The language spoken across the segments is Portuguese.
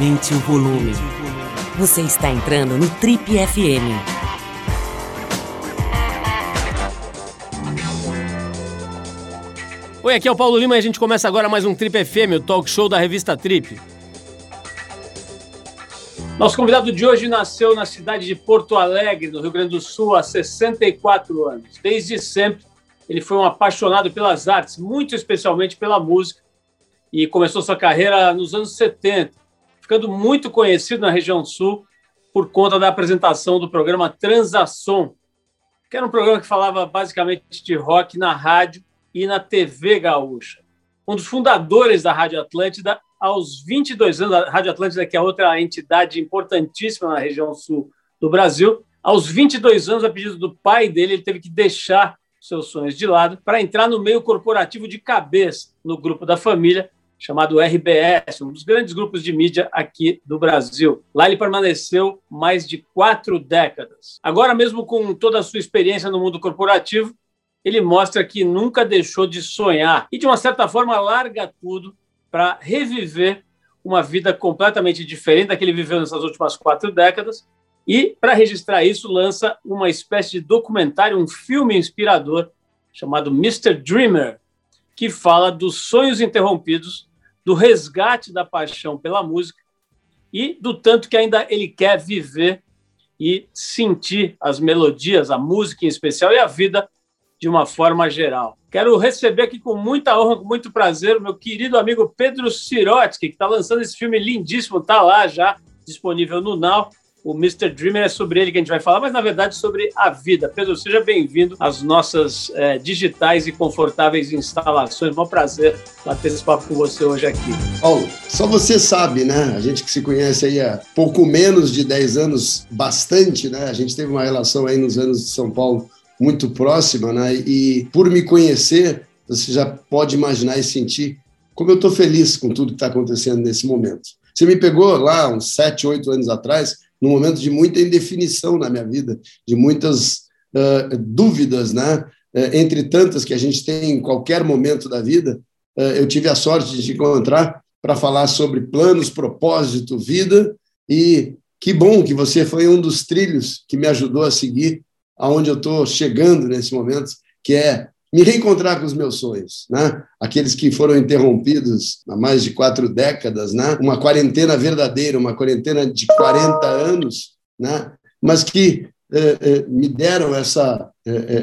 Aumente o volume. Você está entrando no Trip FM. Oi, aqui é o Paulo Lima e a gente começa agora mais um Trip FM, o talk show da revista Trip. Nosso convidado de hoje nasceu na cidade de Porto Alegre, no Rio Grande do Sul, há 64 anos. Desde sempre, ele foi um apaixonado pelas artes, muito especialmente pela música, e começou sua carreira nos anos 70, ficando muito conhecido na região sul por conta da apresentação do programa Transação, que era um programa que falava basicamente de rock na rádio e na TV gaúcha. Um dos fundadores da Rádio Atlântida, aos 22 anos, a Rádio Atlântida, que é outra entidade importantíssima na região sul do Brasil, aos 22 anos, a pedido do pai dele, ele teve que deixar seus sonhos de lado para entrar no meio corporativo de cabeça, no grupo da família, chamado RBS, um dos grandes grupos de mídia aqui do Brasil. Lá ele permaneceu mais de 4 décadas. Agora, mesmo com toda a sua experiência no mundo corporativo, ele mostra que nunca deixou de sonhar e, de uma certa forma, larga tudo para reviver uma vida completamente diferente da que ele viveu nessas últimas 4 décadas e, para registrar isso, lança uma espécie de documentário, um filme inspirador chamado Mr. Dreamer, que fala dos sonhos interrompidos, do resgate da paixão pela música e do tanto que ainda ele quer viver e sentir as melodias, a música em especial e a vida de uma forma geral. Quero receber aqui com muita honra, com muito prazer, o meu querido amigo Pedro Sirotsky, que está lançando esse filme lindíssimo, está lá já disponível no Now. O Mr. Dreamer é sobre ele que a gente vai falar, mas na verdade sobre a vida. Pedro, seja bem-vindo às nossas digitais e confortáveis instalações. É um prazer bater esse papo com você hoje aqui. Paulo, só você sabe, né? A gente que se conhece aí há pouco menos de 10 anos, bastante, né? A gente teve uma relação aí nos anos de São Paulo muito próxima, né? E por me conhecer, você já pode imaginar e sentir como eu estou feliz com tudo que está acontecendo nesse momento. Você me pegou lá uns 7, 8 anos atrás, num momento de muita indefinição na minha vida, de muitas dúvidas, né? Entre tantas que a gente tem em qualquer momento da vida, eu tive a sorte de te encontrar para falar sobre planos, propósito, vida, e que bom que você foi um dos trilhos que me ajudou a seguir aonde eu estou chegando nesse momento, que é me reencontrar com os meus sonhos, né? Aqueles que foram interrompidos há mais de 4 décadas, né? Uma quarentena verdadeira, uma quarentena de 40 anos, né? Mas que me deram essa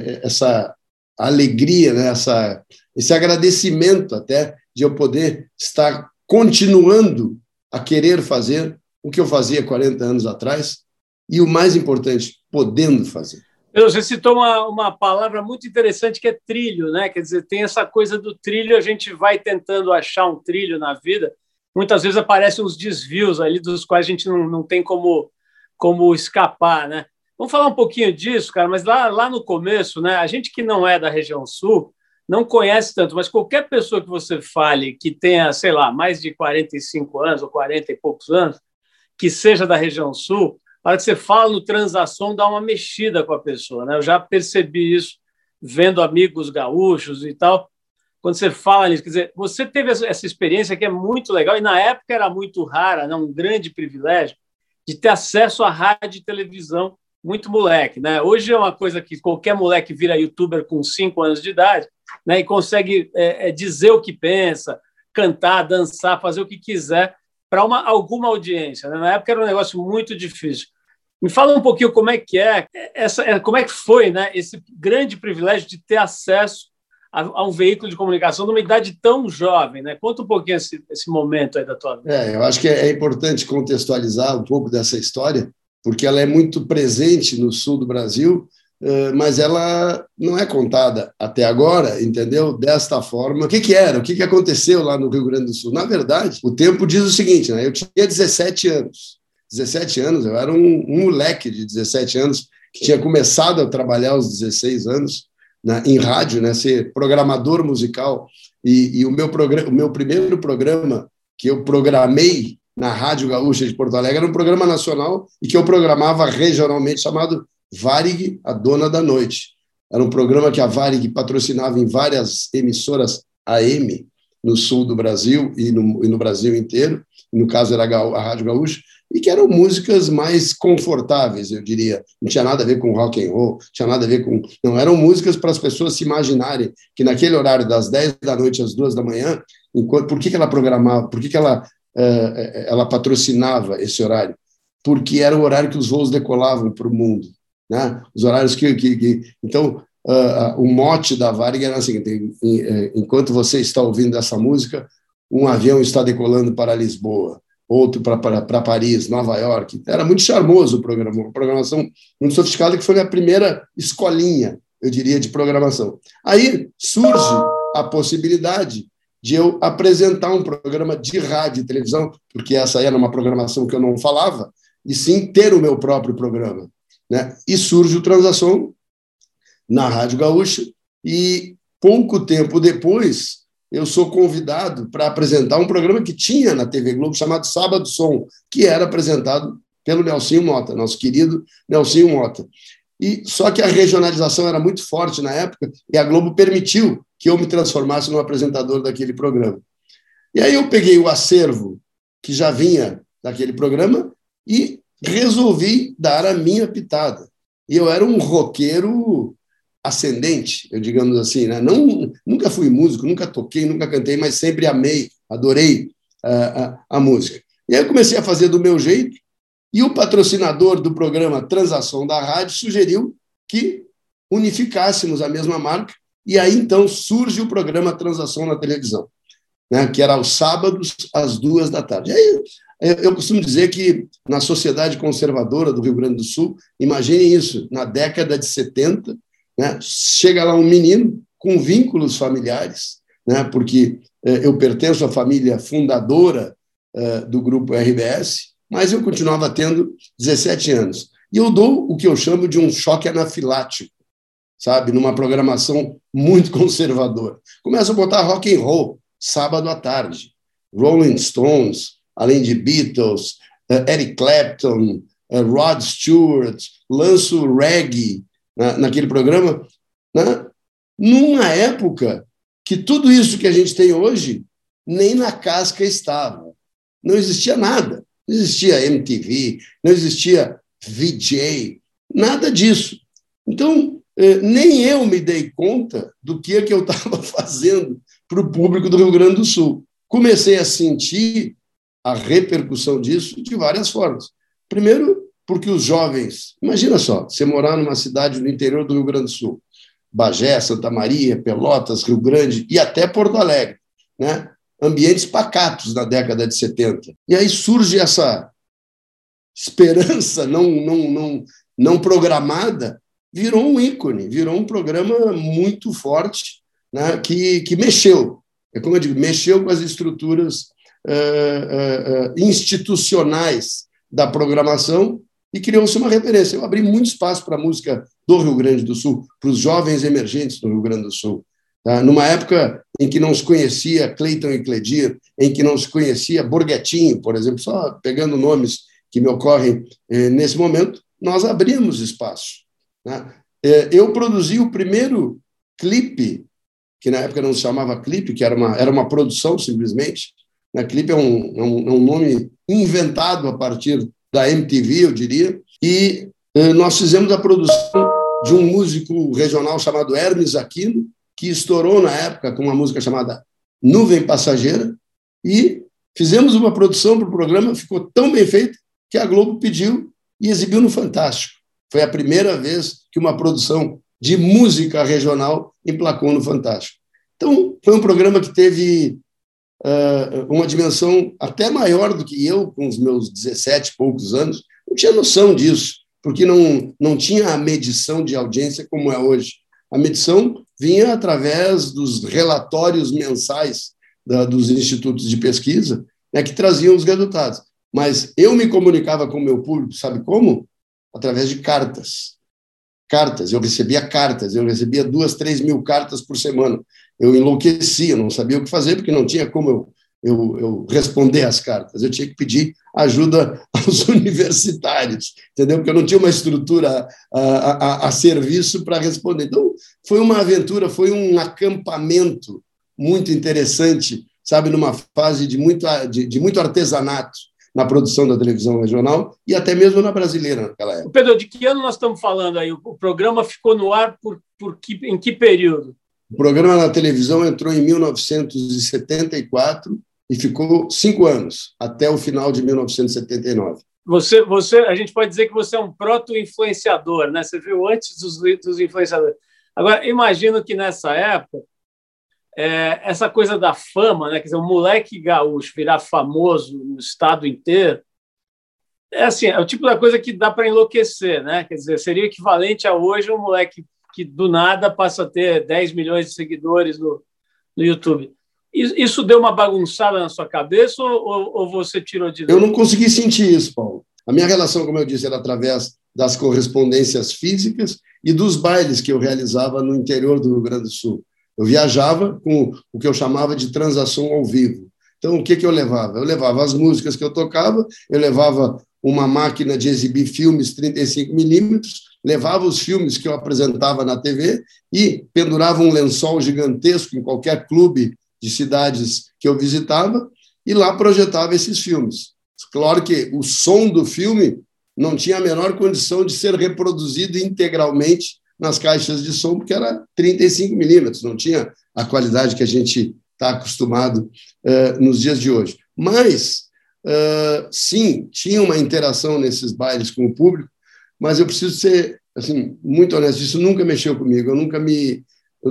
alegria, né? Esse agradecimento até de eu poder estar continuando a querer fazer o que eu fazia 40 anos atrás e, o mais importante, podendo fazer. Você citou uma palavra muito interessante que é trilho, né? Quer dizer, tem essa coisa do trilho, a gente vai tentando achar um trilho na vida, muitas vezes aparecem uns desvios ali dos quais a gente não tem como escapar, né? Vamos falar um pouquinho disso, cara, mas lá no começo, né? A gente que não é da região sul não conhece tanto, mas qualquer pessoa que você fale que tenha, sei lá, mais de 45 anos ou 40 e poucos anos, que seja da região sul, a hora que você fala no Transação, dá uma mexida com a pessoa, né? Eu já percebi isso vendo amigos gaúchos e tal. Quando você fala nisso, quer dizer, você teve essa experiência que é muito legal e na época era muito rara, né? Um grande privilégio de ter acesso à rádio e televisão muito moleque, né? Hoje é uma coisa que qualquer moleque vira youtuber com 5 anos de idade, né? E consegue dizer o que pensa, cantar, dançar, fazer o que quiser para alguma audiência, né? Na época era um negócio muito difícil. Me fala um pouquinho como é que como é que foi, né, esse grande privilégio de ter acesso a um veículo de comunicação numa idade tão jovem, né? Conta um pouquinho esse momento aí da tua vida. Eu acho que é importante contextualizar um pouco dessa história, porque ela é muito presente no sul do Brasil, mas ela não é contada até agora, entendeu? Desta forma. O que aconteceu lá no Rio Grande do Sul? Na verdade, o tempo diz o seguinte, né? Eu tinha 17 anos. 17 anos, eu era um moleque de 17 anos que tinha começado a trabalhar aos 16 anos, né, em rádio, né, ser programador musical. E o meu primeiro programa que eu programei na Rádio Gaúcha de Porto Alegre era um programa nacional e que eu programava regionalmente chamado Varig, a Dona da Noite. Era um programa que a Varig patrocinava em várias emissoras AM no sul do Brasil e no Brasil inteiro. no caso era a Rádio Gaúcha, e que eram músicas mais confortáveis, eu diria. Não tinha nada a ver com rock and roll, tinha nada a ver com... Não, eram músicas para as pessoas se imaginarem que naquele horário das 10 da noite às 2 da manhã, por que ela programava, por que ela patrocinava esse horário? Porque era o horário que os voos decolavam para o mundo, né? Os horários Então, o mote da Varig era assim, enquanto você está ouvindo essa música, um avião está decolando para Lisboa, outro para Paris, Nova York. Era muito charmoso o programa, uma programação muito sofisticada, que foi a primeira escolinha, eu diria, de programação. Aí surge a possibilidade de eu apresentar um programa de rádio e televisão, porque essa era uma programação que eu não falava, e sim ter o meu próprio programa, né? E surge o Transação na Rádio Gaúcha, e pouco tempo depois eu sou convidado para apresentar um programa que tinha na TV Globo chamado Sábado Som, que era apresentado pelo Nelsinho Mota, nosso querido Nelsinho Mota. E só que a regionalização era muito forte na época e a Globo permitiu que eu me transformasse no apresentador daquele programa. E aí eu peguei o acervo que já vinha daquele programa e resolvi dar a minha pitada. E eu era um roqueiro ascendente, eu digamos assim, né? Nunca fui músico, nunca toquei, nunca cantei, mas sempre amei, adorei a música. E aí eu comecei a fazer do meu jeito, e o patrocinador do programa Transação da Rádio sugeriu que unificássemos a mesma marca, e aí então surge o programa Transação na televisão, né? Que era aos sábados, às 2 da tarde. E aí, eu costumo dizer que na sociedade conservadora do Rio Grande do Sul, imaginem isso, na década de 70, né, chega lá um menino com vínculos familiares, né, porque eu pertenço à família fundadora do grupo RBS, mas eu continuava tendo 17 anos. E eu dou o que eu chamo de um choque anafilático, sabe, numa programação muito conservadora. Começo a botar rock and roll, sábado à tarde, Rolling Stones, além de Beatles, Eric Clapton, Rod Stewart, lanço reggae naquele programa, né? Numa época que tudo isso que a gente tem hoje nem na casca estava. Não existia nada. Não existia MTV, não existia VJ, nada disso. Então, nem eu me dei conta do que eu estava fazendo para o público do Rio Grande do Sul. Comecei a sentir a repercussão disso de várias formas. Primeiro, porque os jovens... Imagina só, você morar numa cidade no interior do Rio Grande do Sul, Bagé, Santa Maria, Pelotas, Rio Grande e até Porto Alegre, né? Ambientes pacatos na década de 70. E aí surge essa esperança não programada, virou um ícone, virou um programa muito forte, né? que mexeu. É como eu digo, mexeu com as estruturas institucionais da programação e criou-se uma referência. Eu abri muito espaço para a música do Rio Grande do Sul, para os jovens emergentes do Rio Grande do Sul. Tá? Numa época em que não se conhecia Cleiton e Cledir, em que não se conhecia Borghettino, por exemplo, só pegando nomes que me ocorrem nesse momento, nós abrimos espaço. Né? Eu produzi o primeiro clipe, que na época não se chamava clipe, que era uma produção simplesmente. Né? Clipe é um nome inventado a partir da MTV, eu diria, e nós fizemos a produção de um músico regional chamado Hermes Aquino, que estourou na época com uma música chamada Nuvem Passageira, e fizemos uma produção para o programa, ficou tão bem feito que a Globo pediu e exibiu no Fantástico. Foi a primeira vez que uma produção de música regional emplacou no Fantástico. Então, foi um programa que teve uma dimensão até maior do que eu, com os meus 17 e poucos anos. Não tinha noção disso, porque não tinha a medição de audiência como é hoje. A medição vinha através dos relatórios mensais dos institutos de pesquisa, né, que traziam os resultados. Mas eu me comunicava com o meu público, sabe como? Através de cartas. Eu recebia 2, 3 mil cartas por semana. Eu enlouquecia, não sabia o que fazer, porque não tinha como eu responder às cartas. Eu tinha que pedir ajuda aos universitários, entendeu? Porque eu não tinha uma estrutura a serviço para responder. Então, foi uma aventura, foi um acampamento muito interessante, sabe, numa fase de muito artesanato na produção da televisão regional e até mesmo na brasileira naquela época. Pedro, de que ano nós estamos falando aí? O programa ficou no ar em que período? O programa na televisão entrou em 1974 e ficou 5 anos, até o final de 1979. A gente pode dizer que você é um proto-influenciador, né? Você viu antes dos influenciadores. Agora, imagino que nessa época, essa coisa da fama, né? Quer dizer, um moleque gaúcho virar famoso no estado inteiro, é o tipo da coisa que dá para enlouquecer, né? Quer dizer, seria equivalente a hoje um moleque que do nada passa a ter 10 milhões de seguidores no YouTube. Isso deu uma bagunçada na sua cabeça ou você tirou de... Eu não consegui sentir isso, Paulo. A minha relação, como eu disse, era através das correspondências físicas e dos bailes que eu realizava no interior do Rio Grande do Sul. Eu viajava com o que eu chamava de transação ao vivo. Então, o que eu levava? Eu levava as músicas que eu tocava, eu levava uma máquina de exibir filmes 35mm, levava os filmes que eu apresentava na TV e pendurava um lençol gigantesco em qualquer clube de cidades que eu visitava e lá projetava esses filmes. Claro que o som do filme não tinha a menor condição de ser reproduzido integralmente nas caixas de som, porque era 35mm, não tinha a qualidade que a gente está acostumado nos dias de hoje. Mas, sim, tinha uma interação nesses bailes com o público, mas eu preciso ser muito honesto, isso nunca mexeu comigo, eu nunca me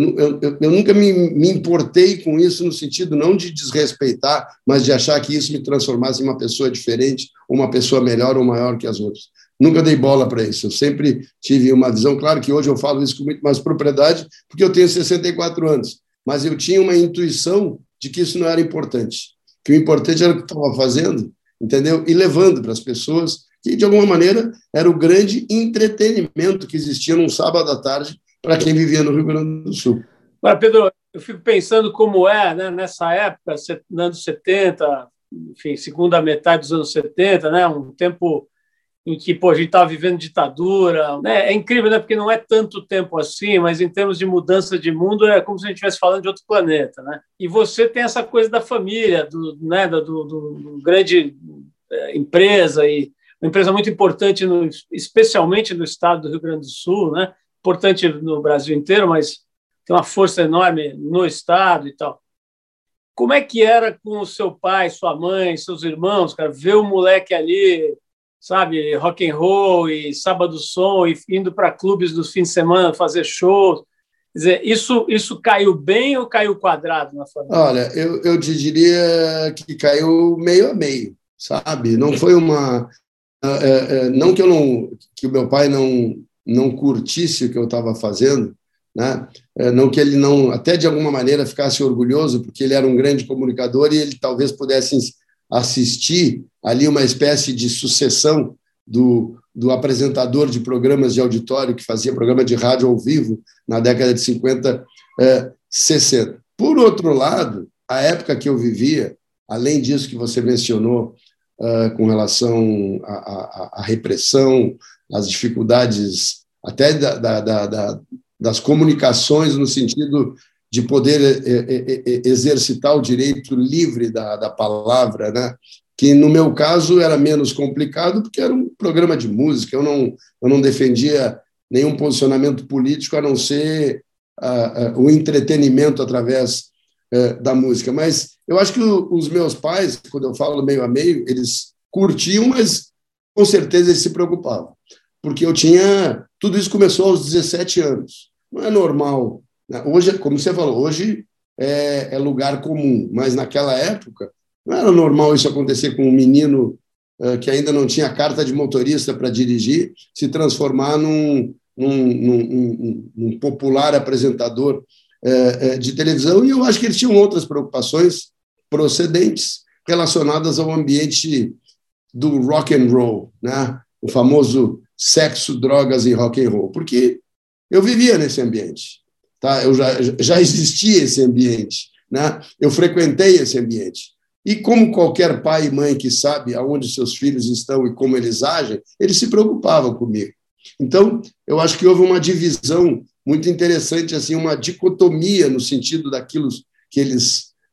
importei com isso no sentido não de desrespeitar, mas de achar que isso me transformasse em uma pessoa diferente, uma pessoa melhor ou maior que as outras. Nunca dei bola para isso, eu sempre tive uma visão, claro que hoje eu falo isso com muito mais propriedade, porque eu tenho 64 anos, mas eu tinha uma intuição de que isso não era importante, que o importante era o que eu estava fazendo, entendeu? E levando para as pessoas, que de alguma maneira era o grande entretenimento que existia num sábado à tarde para quem vivia no Rio Grande do Sul. Agora, Pedro, eu fico pensando como né, nessa época, anos 70, enfim, segunda metade dos anos 70, né, um tempo em que a gente estava vivendo ditadura. Né? É incrível, né, porque não é tanto tempo assim, mas em termos de mudança de mundo é como se a gente estivesse falando de outro planeta. Né? E você tem essa coisa da família, do grande empresa, e uma empresa muito importante, especialmente no estado do Rio Grande do Sul, né? Importante no Brasil inteiro, mas tem uma força enorme no estado e tal. Como é que era com o seu pai, sua mãe, seus irmãos, cara, ver o moleque ali, sabe, rock and roll e sábado som e indo para clubes dos fins de semana fazer shows? Quer dizer, isso caiu bem ou caiu quadrado na família? Olha, eu te diria que caiu meio a meio, sabe? Não foi uma... Não que o meu pai não curtisse o que eu estava fazendo, né? Não que ele não, até de alguma maneira, ficasse orgulhoso, porque ele era um grande comunicador e ele talvez pudesse assistir ali uma espécie de sucessão do apresentador de programas de auditório que fazia programa de rádio ao vivo na década de 50, 60. Por outro lado, a época que eu vivia, além disso que você mencionou, com relação à repressão, às dificuldades até das comunicações no sentido de poder exercitar o direito livre da palavra, né? Que no meu caso era menos complicado porque era um programa de música, eu não defendia nenhum posicionamento político a não ser o entretenimento através da música. Mas eu acho que os meus pais, quando eu falo meio a meio, eles curtiam, mas com certeza eles se preocupavam, porque tudo isso começou aos 17 anos. Não é normal, né? Hoje, como você falou, hoje é lugar comum, mas naquela época não era normal isso acontecer com um menino que ainda não tinha carta de motorista para dirigir, se transformar num popular apresentador de televisão, e eu acho que eles tinham outras preocupações procedentes relacionadas ao ambiente do rock and roll, né? O famoso sexo, drogas e rock and roll, porque eu vivia nesse ambiente, tá? Eu já existia esse ambiente, né? Eu frequentei esse ambiente. E como qualquer pai e mãe que sabe aonde seus filhos estão e como eles agem, eles se preocupavam comigo. Então, eu acho que houve uma divisão muito interessante, assim, uma dicotomia no sentido daquilo que eles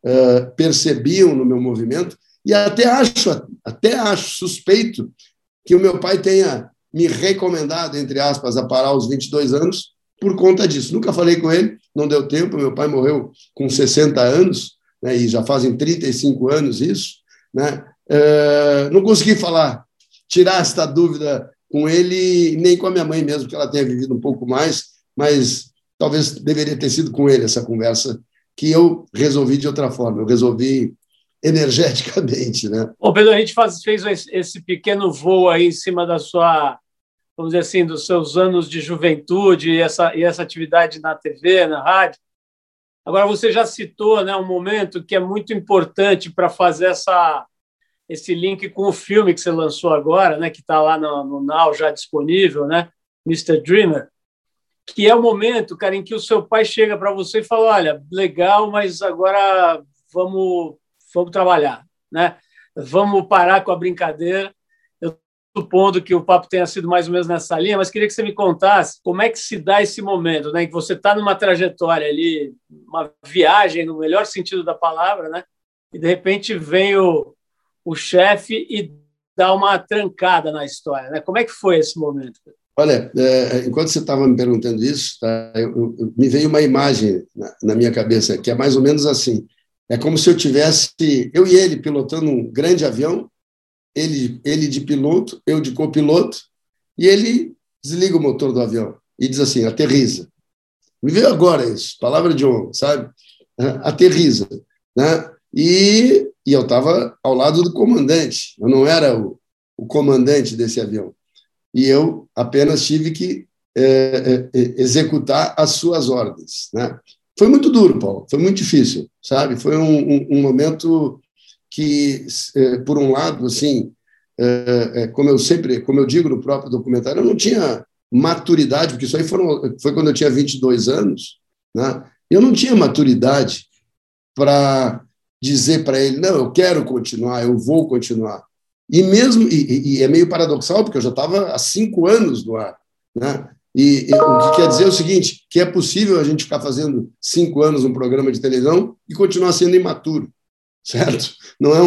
percebiam no meu movimento, e até acho suspeito que o meu pai tenha me recomendado, entre aspas, a parar aos 22 anos por conta disso. Nunca falei com ele, não deu tempo, meu pai morreu com 60 anos, né, e já fazem 35 anos isso, né? Não consegui tirar esta dúvida com ele, nem com a minha mãe mesmo, que ela tenha vivido um pouco mais, mas talvez deveria ter sido com ele essa conversa, que eu resolvi de outra forma, eu resolvi energeticamente, né? Bom, Pedro, a gente fez esse pequeno voo aí em cima da sua, vamos dizer assim, dos seus anos de juventude e essa atividade na TV, na rádio. Agora, você já citou, né, um momento que é muito importante para fazer esse link com o filme que você lançou agora, né, que está lá no Now já disponível, né, Mr. Dreamer, que é o momento, cara, em que o seu pai chega para você e fala: olha, legal, mas agora vamos trabalhar, né? Vamos parar com a brincadeira. Eu supondo que o papo tenha sido mais ou menos nessa linha, mas queria que você me contasse como é que se dá esse momento, né? Que você está numa trajetória ali, uma viagem no melhor sentido da palavra, né? E de repente vem o chefe e dá uma trancada na história, né? Como é que foi esse momento? Olha, enquanto você estava me perguntando isso, tá, me veio uma imagem na minha cabeça, que é mais ou menos assim. É como se eu e ele pilotando um grande avião, ele de piloto, eu de copiloto, e ele desliga o motor do avião e diz assim: aterriza. Me veio agora isso, palavra de honra, sabe? Aterriza, né? E eu estava ao lado do comandante, eu não era o comandante desse avião. E eu apenas tive que executar as suas ordens, né? Foi muito duro, Paulo, foi muito difícil, sabe? Foi um momento que, por um lado, assim, como eu digo no próprio documentário, eu não tinha maturidade, porque isso aí foi quando eu tinha 22 anos, né? Eu não tinha maturidade para dizer para ele: não, eu quero continuar, eu vou continuar. E é meio paradoxal, porque eu já estava há 5 anos no ar, né? E o que quer dizer é o seguinte, que é possível a gente ficar fazendo 5 anos um programa de televisão e continuar sendo imaturo, certo?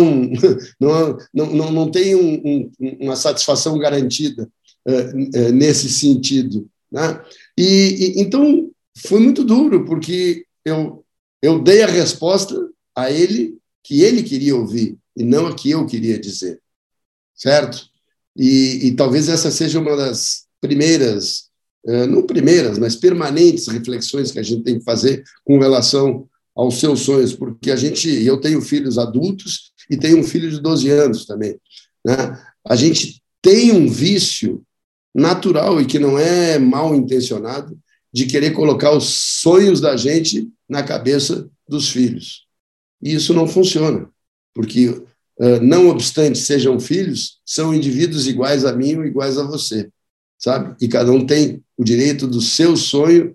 Não tem uma satisfação garantida nesse sentido, né? Então, foi muito duro, porque eu dei a resposta a ele que ele queria ouvir e não a que eu queria dizer, certo? E talvez essa seja uma das primeiras, não primeiras, mas permanentes reflexões que a gente tem que fazer com relação aos seus sonhos, porque eu tenho filhos adultos e tenho um filho de 12 anos também, né? A gente tem um vício natural e que não é mal intencionado de querer colocar os sonhos da gente na cabeça dos filhos. E isso não funciona, porque, não obstante sejam filhos, são indivíduos iguais a mim ou iguais a você, sabe? E cada um tem o direito do seu sonho,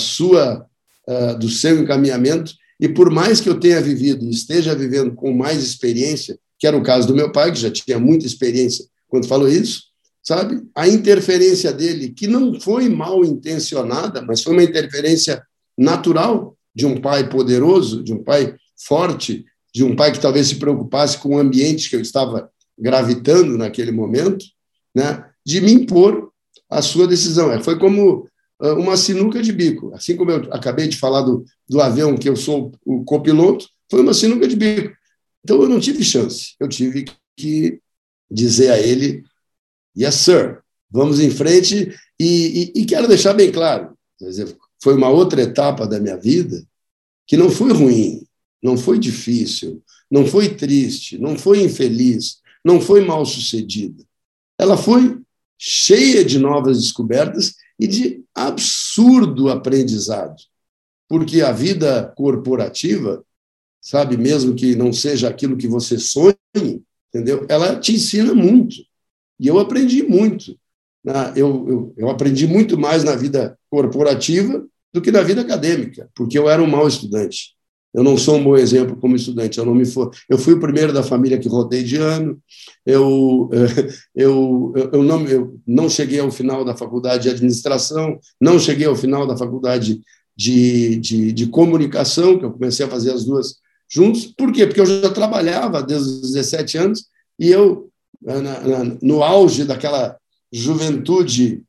do seu encaminhamento, e por mais que eu tenha vivido e esteja vivendo com mais experiência, que era o caso do meu pai, que já tinha muita experiência quando falou isso, sabe? A interferência dele, que não foi mal intencionada, mas foi uma interferência natural de um pai poderoso, de um pai forte, de um pai que talvez se preocupasse com o ambiente que eu estava gravitando naquele momento, né? De me impor a sua decisão. Foi como uma sinuca de bico. Assim como eu acabei de falar do avião, que eu sou o copiloto, foi uma sinuca de bico. Então, eu não tive chance. Eu tive que dizer a ele: yes, sir, vamos em frente. E quero deixar bem claro, quer dizer, foi uma outra etapa da minha vida que não foi ruim, não foi difícil, não foi triste, não foi infeliz, não foi mal sucedida. Ela foi cheia de novas descobertas e de absurdo aprendizado, porque a vida corporativa, sabe, mesmo que não seja aquilo que você sonhe, entendeu? Ela te ensina muito. E eu aprendi muito. Eu aprendi muito mais na vida corporativa do que na vida acadêmica, porque eu era um mau estudante. Eu não sou um bom exemplo como estudante. Eu fui o primeiro da família que rodei de ano. Eu não cheguei ao final da faculdade de administração, não cheguei ao final da faculdade de comunicação, que eu comecei a fazer as duas juntos. Por quê? Porque eu já trabalhava desde os 17 anos e eu, no auge daquela juventude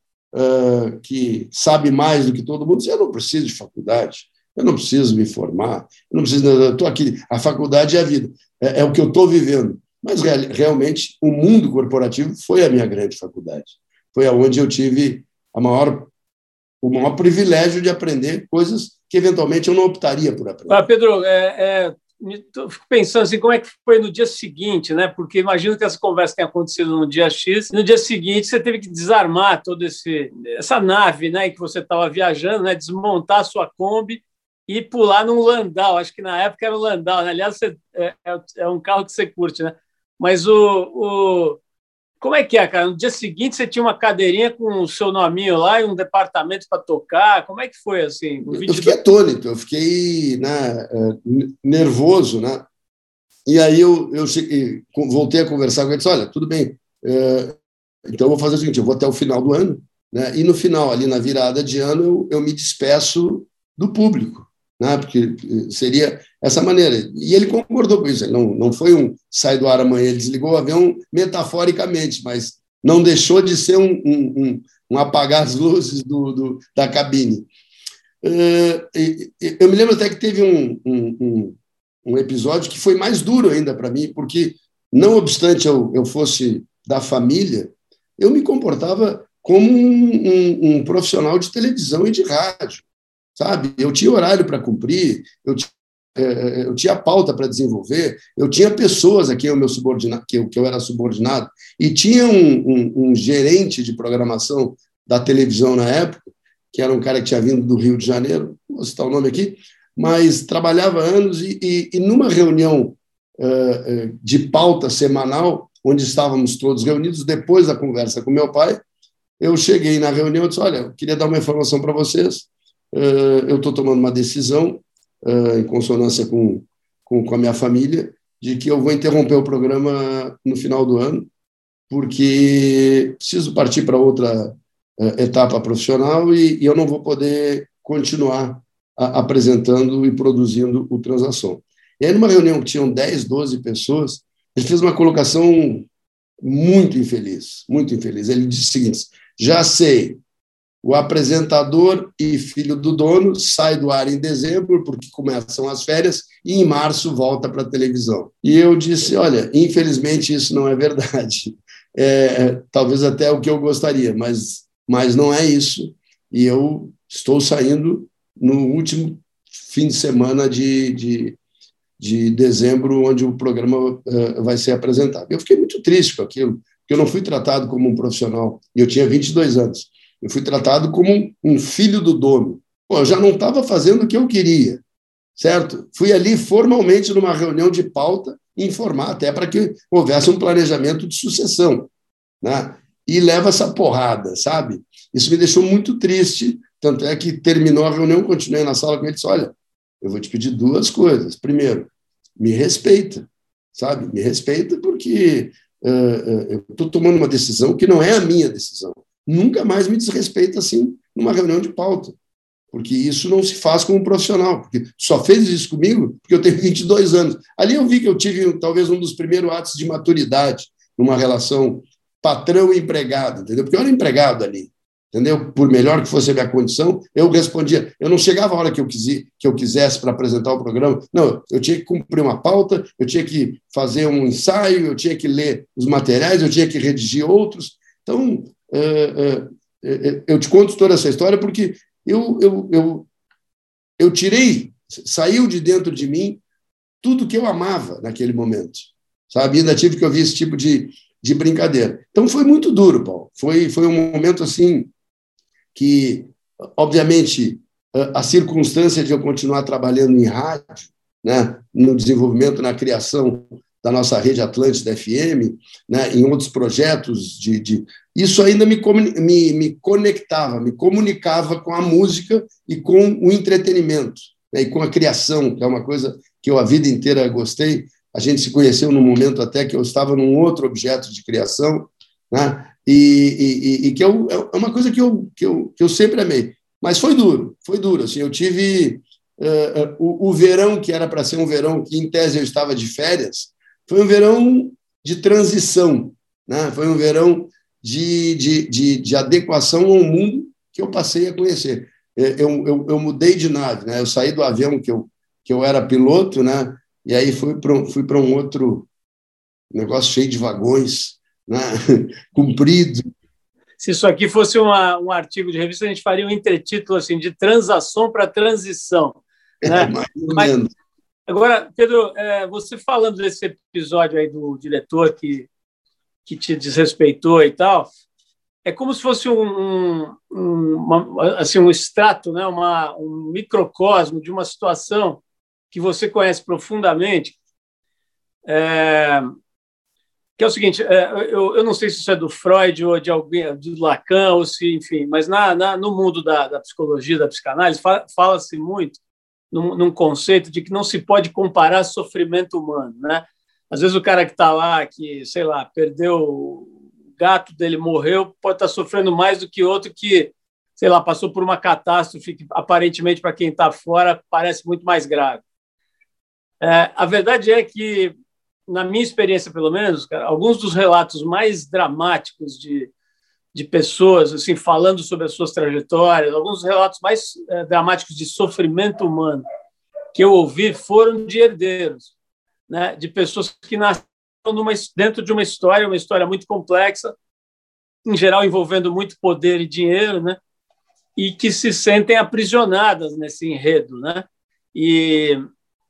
que sabe mais do que todo mundo, eu não preciso de faculdade, eu não preciso me formar, eu estou aqui, a faculdade é a vida, é o que eu estou vivendo. Mas, realmente, o mundo corporativo foi a minha grande faculdade. Foi onde eu tive o maior privilégio de aprender coisas que, eventualmente, eu não optaria por aprender. Pedro, fico pensando assim, como é que foi no dia seguinte, né? Porque imagino que essa conversa tenha acontecido no dia X, e no dia seguinte você teve que desarmar toda essa nave, né, em que você estava viajando, né, desmontar a sua Kombi e pular num Landau. Acho que na época era um Landau, né? Aliás, é um carro que você curte, né? Mas como é que é, cara? No dia seguinte você tinha uma cadeirinha com o seu nominho lá e um departamento para tocar. Como é que foi assim? Eu fiquei atônito, eu fiquei, né, nervoso, né? E aí eu voltei a conversar com ele e disse: olha, tudo bem, então eu vou fazer o seguinte, eu vou até o final do ano, né? E no final, ali na virada de ano, eu me despeço do público, né? Porque seria essa maneira. E ele concordou com isso. Ele não foi sai do ar amanhã, ele desligou o avião metaforicamente, mas não deixou de ser um apagar as luzes da cabine. Eu me lembro até que teve um episódio que foi mais duro ainda para mim, porque, não obstante eu fosse da família, eu me comportava como um profissional de televisão e de rádio. Sabe? Eu tinha horário para cumprir, eu tinha pauta para desenvolver, eu tinha pessoas a quem eu era subordinado, e tinha um gerente de programação da televisão na época, que era um cara que tinha vindo do Rio de Janeiro, não vou citar o nome aqui, mas trabalhava anos, e numa reunião de pauta semanal, onde estávamos todos reunidos, depois da conversa com meu pai, eu cheguei na reunião e disse: olha, eu queria dar uma informação para vocês. Eu estou tomando uma decisão, em consonância com a minha família, de que eu vou interromper o programa no final do ano, porque preciso partir para outra etapa profissional e eu não vou poder continuar apresentando e produzindo o Transação. E aí, numa reunião que tinham 10, 12 pessoas, ele fez uma colocação muito infeliz, muito infeliz. Ele disse o seguinte: já sei, o apresentador e filho do dono sai do ar em dezembro, porque começam as férias, e em março volta para a televisão. E eu disse: olha, infelizmente isso não é verdade. Talvez até o que eu gostaria, mas não é isso. E eu estou saindo no último fim de semana de dezembro, onde o programa vai ser apresentado. Eu fiquei muito triste com aquilo, porque eu não fui tratado como um profissional, e eu tinha 22 anos. Eu fui tratado como um filho do dono. Eu já não estava fazendo o que eu queria, certo? Fui ali formalmente numa reunião de pauta informar, até para que houvesse um planejamento de sucessão, né? E leva essa porrada, sabe? Isso me deixou muito triste, tanto é que terminou a reunião, continuei na sala com ele e disse: olha, eu vou te pedir duas coisas. Primeiro, me respeita, sabe? Me respeita porque eu estou tomando uma decisão que não é a minha decisão. Nunca mais me desrespeita assim numa reunião de pauta, porque isso não se faz como profissional, porque só fez isso comigo porque eu tenho 22 anos. Ali eu vi que eu tive talvez um dos primeiros atos de maturidade numa relação patrão-empregado, entendeu? Porque eu era empregado ali, entendeu? Por melhor que fosse a minha condição, eu respondia. Eu não chegava a hora que eu quisesse para apresentar o programa. Não, eu tinha que cumprir uma pauta, eu tinha que fazer um ensaio, eu tinha que ler os materiais, eu tinha que redigir outros. Então, eu te conto toda essa história porque eu saiu de dentro de mim tudo que eu amava naquele momento, sabe? Ainda tive que ouvir esse tipo de brincadeira. Então foi muito duro, Paulo. Foi um momento assim que, obviamente, a circunstância de eu continuar trabalhando em rádio, né, no desenvolvimento, na criação da nossa rede Atlântida FM, né, em outros projetos isso ainda me conectava, me comunicava com a música e com o entretenimento, né, e com a criação, que é uma coisa que eu a vida inteira gostei. A gente se conheceu num momento até que eu estava num outro objeto de criação, né, e que é uma coisa que eu sempre amei. Mas foi duro. Assim, eu tive o verão, que era para ser um verão que, em tese, eu estava de férias, foi um verão de transição, né? Foi um verão de adequação ao mundo que eu passei a conhecer. Eu mudei de nave, né? Eu saí do avião que eu era piloto, né? E aí fui para um outro negócio cheio de vagões, né? Comprido. Se isso aqui fosse um artigo de revista, a gente faria um entretítulo assim, de transação para transição. Né? Mais ou menos. Agora, Pedro, você falando desse episódio aí do diretor que te desrespeitou e tal, é como se fosse um extrato, né? Um microcosmo de uma situação que você conhece profundamente, que é o seguinte, eu não sei se isso é do Freud ou de alguém, do Lacan, ou se, enfim, mas no mundo da psicologia, da psicanálise, fala-se muito num conceito de que não se pode comparar sofrimento humano, né? Às vezes o cara que está lá, que, sei lá, perdeu o gato dele, morreu, pode estar sofrendo mais do que outro que, sei lá, passou por uma catástrofe que, aparentemente, para quem está fora, parece muito mais grave. A verdade é que, na minha experiência, pelo menos, cara, alguns dos relatos mais dramáticos de pessoas assim, falando sobre as suas trajetórias, alguns dos relatos mais dramáticos de sofrimento humano que eu ouvi foram de herdeiros, né? De pessoas que nasceram dentro de uma história muito complexa, em geral envolvendo muito poder e dinheiro, né? E que se sentem aprisionadas nesse enredo, né? E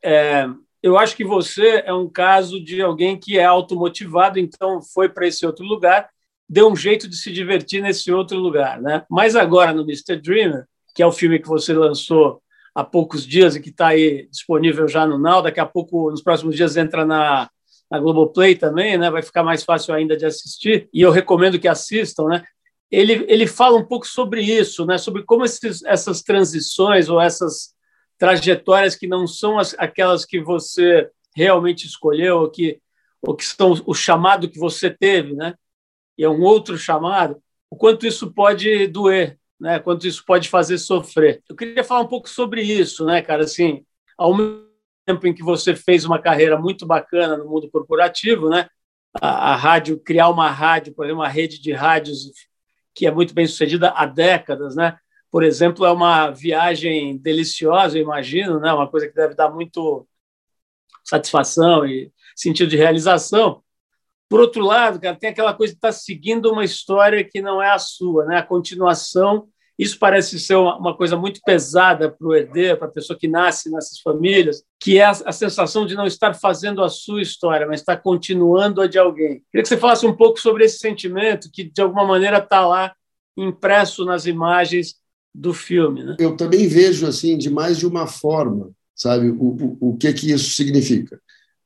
eu acho que você é um caso de alguém que é automotivado, então foi para esse outro lugar, deu um jeito de se divertir nesse outro lugar, né? Mas agora, no Mr. Dreamer, que é o filme que você lançou há poucos dias e que está aí disponível já no Now, daqui a pouco, nos próximos dias, entra na Globoplay também, né? Vai ficar mais fácil ainda de assistir, e eu recomendo que assistam, né? Ele fala um pouco sobre isso, né? Sobre como essas transições ou essas trajetórias que não são aquelas que você realmente escolheu ou que são o chamado que você teve, né? E é um outro chamado, o quanto isso pode doer, né? Quanto isso pode fazer sofrer. Eu queria falar um pouco sobre isso, né, cara? Assim, ao mesmo tempo em que você fez uma carreira muito bacana no mundo corporativo, né? A rádio, criar uma rádio, por exemplo, uma rede de rádios que é muito bem sucedida há décadas, né? Por exemplo, é uma viagem deliciosa, eu imagino, né? Uma coisa que deve dar muito satisfação e sentido de realização. Por outro lado, cara, tem aquela coisa de estar seguindo uma história que não é a sua, né? A continuação, isso parece ser uma coisa muito pesada para o herdeiro, para a pessoa que nasce nessas famílias, que é a sensação de não estar fazendo a sua história, mas estar continuando a de alguém. Queria que você falasse um pouco sobre esse sentimento que, de alguma maneira, está lá impresso nas imagens do filme, né? Eu também vejo assim de mais de uma forma, sabe, o que isso significa.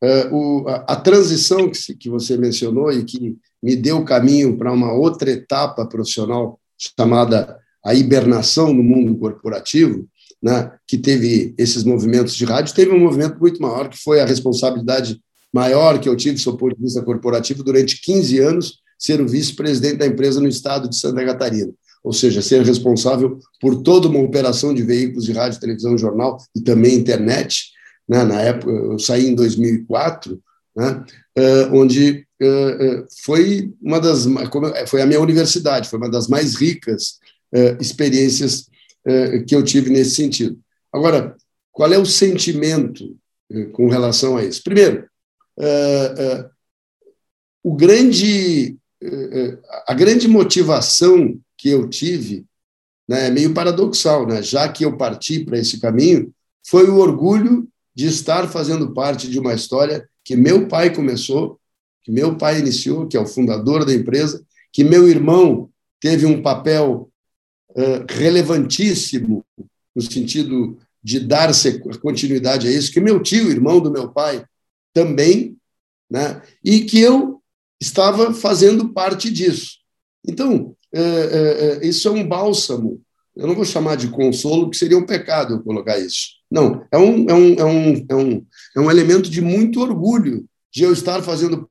A transição que você mencionou e que me deu o caminho para uma outra etapa profissional chamada a hibernação no mundo corporativo, né, que teve esses movimentos de rádio, teve um movimento muito maior, que foi a responsabilidade maior que eu tive, do ponto de vista corporativo, durante 15 anos, ser o vice-presidente da empresa no estado de Santa Catarina. Ou seja, ser responsável por toda uma operação de veículos de rádio, televisão, jornal e também internet. Né? Na época, eu saí em 2004, né? Onde foi foi a minha universidade, foi uma das mais ricas experiências que eu tive nesse sentido. Agora, qual é o sentimento com relação a isso? Primeiro, a grande motivação que eu tive, né, é meio paradoxal, né? Já que eu parti para esse caminho, foi o orgulho de estar fazendo parte de uma história que meu pai começou, que meu pai iniciou, que é o fundador da empresa, que meu irmão teve um papel relevantíssimo no sentido de dar continuidade a isso, que meu tio, irmão do meu pai, também, né? E que eu estava fazendo parte disso. Então, isso é um bálsamo. Eu não vou chamar de consolo, que seria um pecado eu colocar isso. Não, é um elemento de muito orgulho de eu estar fazendo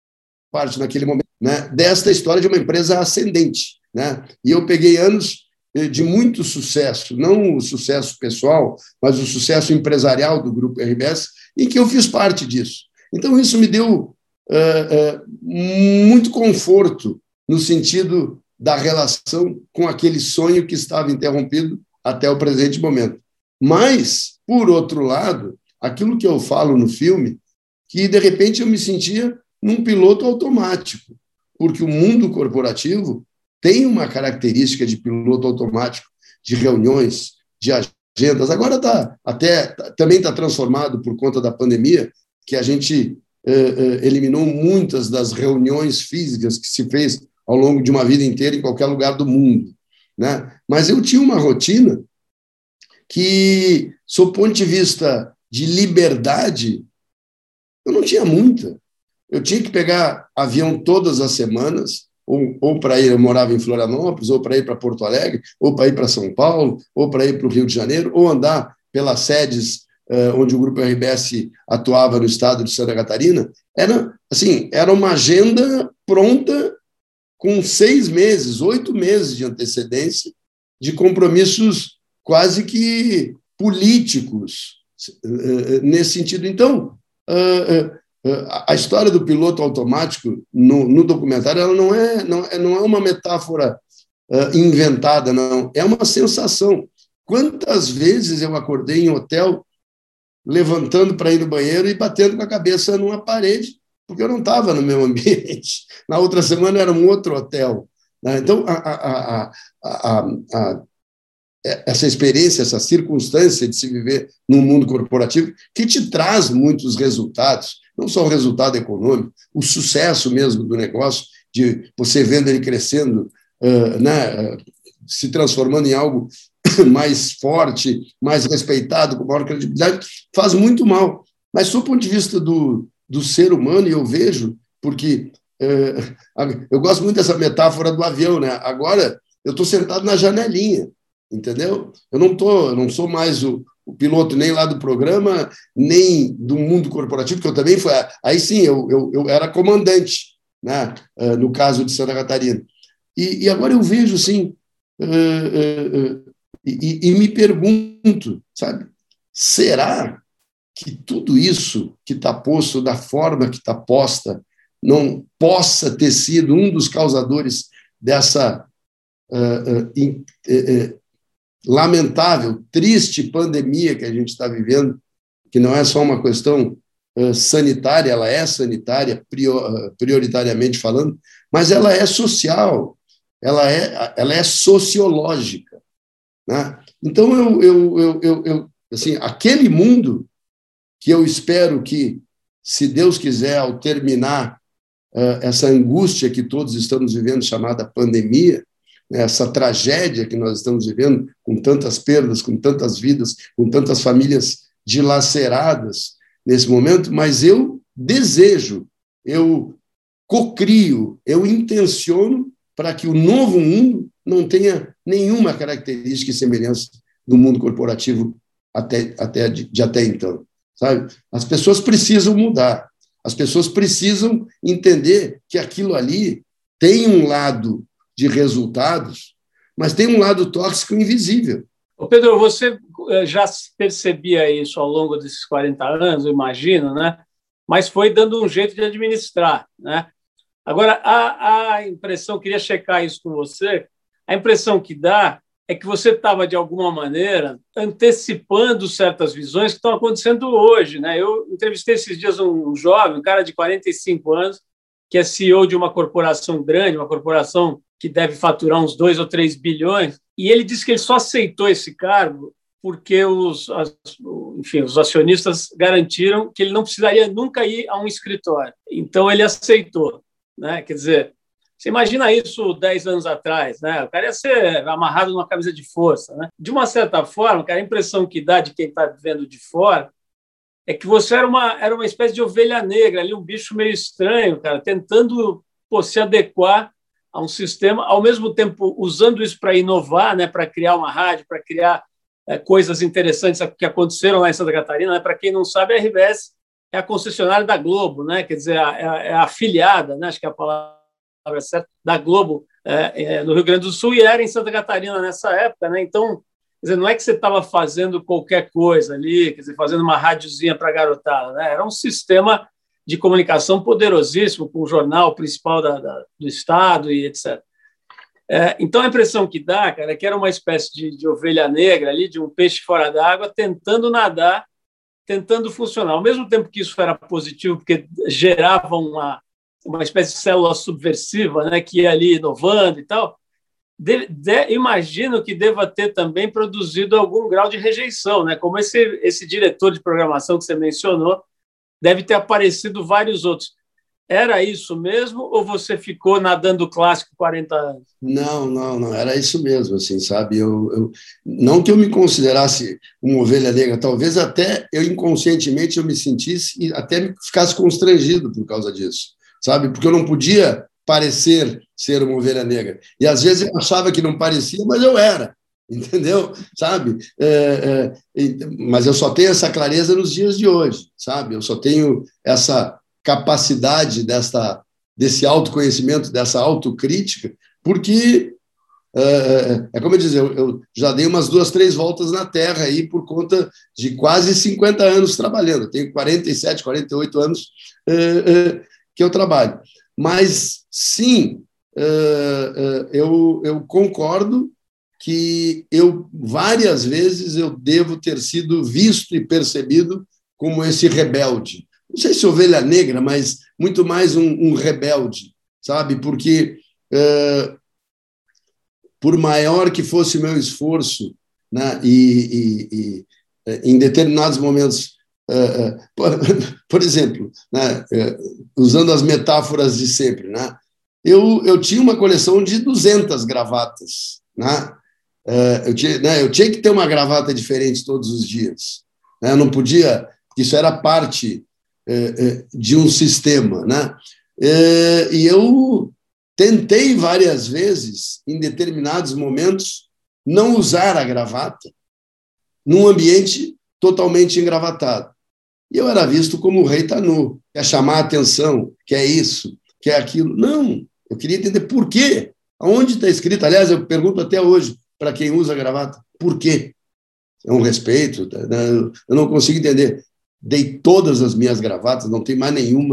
parte, naquele momento, né, desta história de uma empresa ascendente. Né? E eu peguei anos de muito sucesso, não o sucesso pessoal, mas o sucesso empresarial do Grupo RBS, em que eu fiz parte disso. Então, isso me deu muito conforto no sentido da relação com aquele sonho que estava interrompido até o presente momento. Mas, por outro lado, aquilo que eu falo no filme, que de repente eu me sentia num piloto automático, porque o mundo corporativo tem uma característica de piloto automático, de reuniões, de agendas. Agora também está transformado por conta da pandemia, que a gente eliminou muitas das reuniões físicas que se fez ao longo de uma vida inteira em qualquer lugar do mundo, né? Mas eu tinha uma rotina que, sob o ponto de vista de liberdade, eu não tinha muita. Eu tinha que pegar avião todas as semanas, ou para ir, eu morava em Florianópolis, ou para ir para Porto Alegre, ou para ir para São Paulo, ou para ir para o Rio de Janeiro, ou andar pelas sedes onde o Grupo RBS atuava no estado de Santa Catarina. Era uma agenda pronta com 6 meses, 8 meses de antecedência, de compromissos quase que políticos nesse sentido. Então, a história do piloto automático no documentário ela não é uma metáfora inventada, não. É uma sensação. Quantas vezes eu acordei em hotel levantando para ir no banheiro e batendo com a cabeça numa parede, porque eu não estava no meu ambiente. Na outra semana era um outro hotel, né? Então, essa experiência, essa circunstância de se viver num mundo corporativo que te traz muitos resultados, não só o resultado econômico, o sucesso mesmo do negócio, de você vendo ele crescendo, né, se transformando em algo mais forte, mais respeitado, com maior credibilidade, faz muito mal. Mas, do ponto de vista do ser humano, e eu vejo, porque eu gosto muito dessa metáfora do avião, né? Agora, eu estou sentado na janelinha, entendeu? Eu não sou mais o piloto nem lá do programa, nem do mundo corporativo, que eu também fui. Aí sim, eu era comandante, né? No caso de Santa Catarina. E agora eu vejo, assim, e me pergunto, sabe, será que tudo isso que está posto da forma que está posta não possa ter sido um dos causadores dessa lamentável, triste pandemia que a gente está vivendo, que não é só uma questão sanitária, ela é sanitária, prioritariamente falando, mas ela é social, ela é sociológica, né? Então, assim, aquele mundo que eu espero que, se Deus quiser, ao terminar essa angústia que todos estamos vivendo, chamada pandemia, essa tragédia que nós estamos vivendo, com tantas perdas, com tantas vidas, com tantas famílias dilaceradas nesse momento, mas eu desejo, eu cocrio, eu intenciono para que o novo mundo não tenha nenhuma característica e semelhança do mundo corporativo até então, sabe? As pessoas precisam mudar, as pessoas precisam entender que aquilo ali tem um lado de resultados, mas tem um lado tóxico invisível. Ô Pedro, você já percebia isso ao longo desses 40 anos, eu imagino, né? Mas foi dando um jeito de administrar, né? Agora, a impressão, queria checar isso com você, a impressão que dá é que você estava, de alguma maneira, antecipando certas visões que estão acontecendo hoje, né? Eu entrevistei esses dias um jovem, um cara de 45 anos, que é CEO de uma corporação grande, uma corporação que deve faturar uns 2 ou 3 bilhões, e ele disse que ele só aceitou esse cargo porque os acionistas garantiram que ele não precisaria nunca ir a um escritório. Então, ele aceitou, né? Quer dizer, você imagina isso 10 anos atrás, né? O cara ia ser amarrado numa camisa de força, né? De uma certa forma, cara, a impressão que dá de quem está vendo de fora é que você era uma espécie de ovelha negra, ali, um bicho meio estranho, cara, tentando se adequar a um sistema, ao mesmo tempo usando isso para inovar, né? Para criar uma rádio, para criar coisas interessantes que aconteceram lá em Santa Catarina, né? Para quem não sabe, a RBS é a concessionária da Globo, né? Quer dizer, é a afiliada, né? Acho que é a palavra certa, da Globo no Rio Grande do Sul e era em Santa Catarina nessa época, né? Então, quer dizer, não é que você estava fazendo qualquer coisa ali, quer dizer, fazendo uma rádiozinha para garotada, né? Era um sistema de comunicação poderosíssimo, com o jornal principal do Estado e etc. Então, a impressão que dá, cara, é que era uma espécie de ovelha negra ali, de um peixe fora d'água, tentando nadar, tentando funcionar. Ao mesmo tempo que isso era positivo, porque gerava uma espécie de célula subversiva, né, que ia ali inovando e tal, imagino que deva ter também produzido algum grau de rejeição, né? Como esse diretor de programação que você mencionou, deve ter aparecido vários outros. Era isso mesmo ou você ficou nadando clássico 40 anos? Não, era isso mesmo, assim, sabe? Não que eu me considerasse uma ovelha negra, talvez até eu inconscientemente eu me sentisse e até ficasse constrangido por causa disso, sabe? Porque eu não podia parecer ser uma ovelha negra. E às vezes eu achava que não parecia, mas eu era, entendeu? Sabe? Mas eu só tenho essa clareza nos dias de hoje, sabe? Eu só tenho essa capacidade desse autoconhecimento, dessa autocrítica, porque, como eu dizia, eu já dei umas 2, 3 voltas na Terra aí por conta de quase 50 anos trabalhando. Tenho 47, 48 anos que eu trabalho. Mas, sim, eu concordo que várias vezes eu devo ter sido visto e percebido como esse rebelde. Não sei se ovelha negra, mas muito mais um rebelde, sabe? Porque, por maior que fosse o meu esforço, né, e em determinados momentos, por exemplo, né, usando as metáforas de sempre, né, eu tinha uma coleção de 200 gravatas, né? Eu tinha que ter uma gravata diferente todos os dias, né? Eu não podia, porque isso era parte de um sistema, né? E eu tentei várias vezes, em determinados momentos, não usar a gravata num ambiente totalmente engravatado. E eu era visto como o rei Tanu, quer chamar a atenção, quer isso, quer aquilo. Não, eu queria entender por quê. Aonde está escrito? Aliás, eu pergunto até hoje para quem usa a gravata, por quê? É um respeito? Eu não consigo entender. Dei todas as minhas gravatas, não tem mais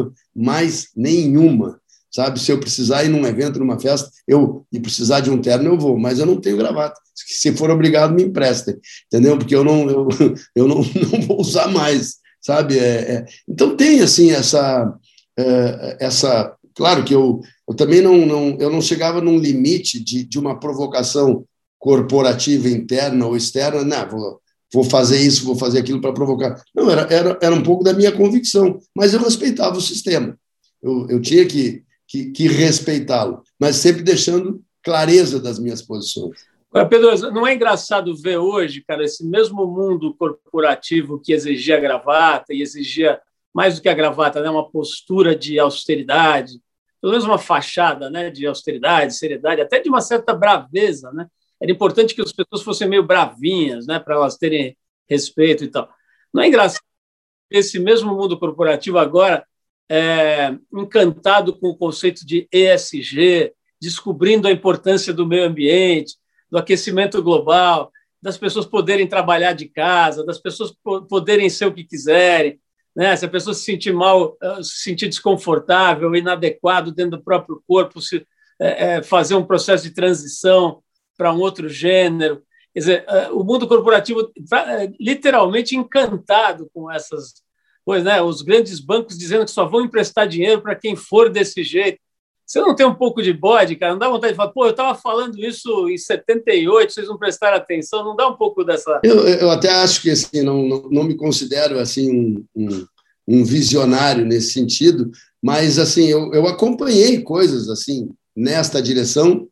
nenhuma, sabe? Se eu precisar ir num evento, numa festa, e precisar de um terno, eu vou, mas eu não tenho gravata. Se for obrigado, me emprestem, entendeu? Porque eu não vou usar mais, sabe? Então tem, assim, essa claro que eu também não chegava num limite de uma provocação corporativa interna ou externa, não, vou fazer isso, vou fazer aquilo para provocar. Não, era um pouco da minha convicção, mas eu respeitava o sistema. Eu tinha que respeitá-lo, mas sempre deixando clareza das minhas posições. Pedro, não é engraçado ver hoje, cara, esse mesmo mundo corporativo que exigia gravata e exigia, mais do que a gravata, né, uma postura de austeridade, pelo menos uma fachada, né, de austeridade, seriedade, até de uma certa braveza, né? Era importante que as pessoas fossem meio bravinhas, né, para elas terem respeito e tal. Não é engraçado esse mesmo mundo corporativo agora encantado com o conceito de ESG, descobrindo a importância do meio ambiente, do aquecimento global, das pessoas poderem trabalhar de casa, das pessoas poderem ser o que quiserem, né? Se a pessoa se sentir mal, se sentir desconfortável, inadequado dentro do próprio corpo, fazer um processo de transição para um outro gênero. Quer dizer, o mundo corporativo está literalmente encantado com essas coisas, né? Os grandes bancos dizendo que só vão emprestar dinheiro para quem for desse jeito. Você não tem um pouco de bode, cara? Não dá vontade de falar, eu estava falando isso em 78, vocês não prestaram atenção? Não dá um pouco dessa... Eu até acho que assim, não me considero assim, um visionário nesse sentido, mas assim, eu acompanhei coisas assim nesta direção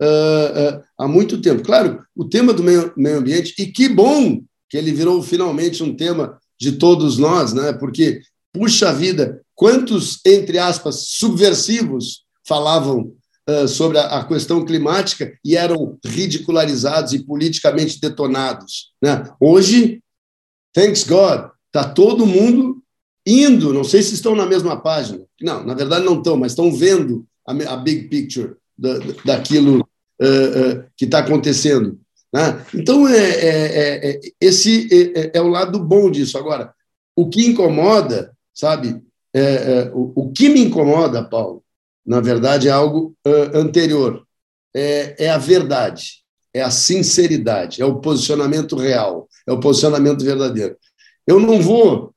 há muito tempo. Claro, o tema do meio ambiente, e que bom que ele virou finalmente um tema de todos nós, né? Porque, puxa vida, quantos, entre aspas, subversivos falavam sobre a questão climática e eram ridicularizados e politicamente detonados, né? Hoje, thanks God, está todo mundo indo, não sei se estão na mesma página. Não, na verdade não estão, mas estão vendo a big picture, daquilo que está acontecendo. Né? Então, esse é o lado bom disso. Agora, o que incomoda, sabe? O que me incomoda, Paulo, na verdade, é algo anterior. É a verdade, é a sinceridade, é o posicionamento real, é o posicionamento verdadeiro. Eu não vou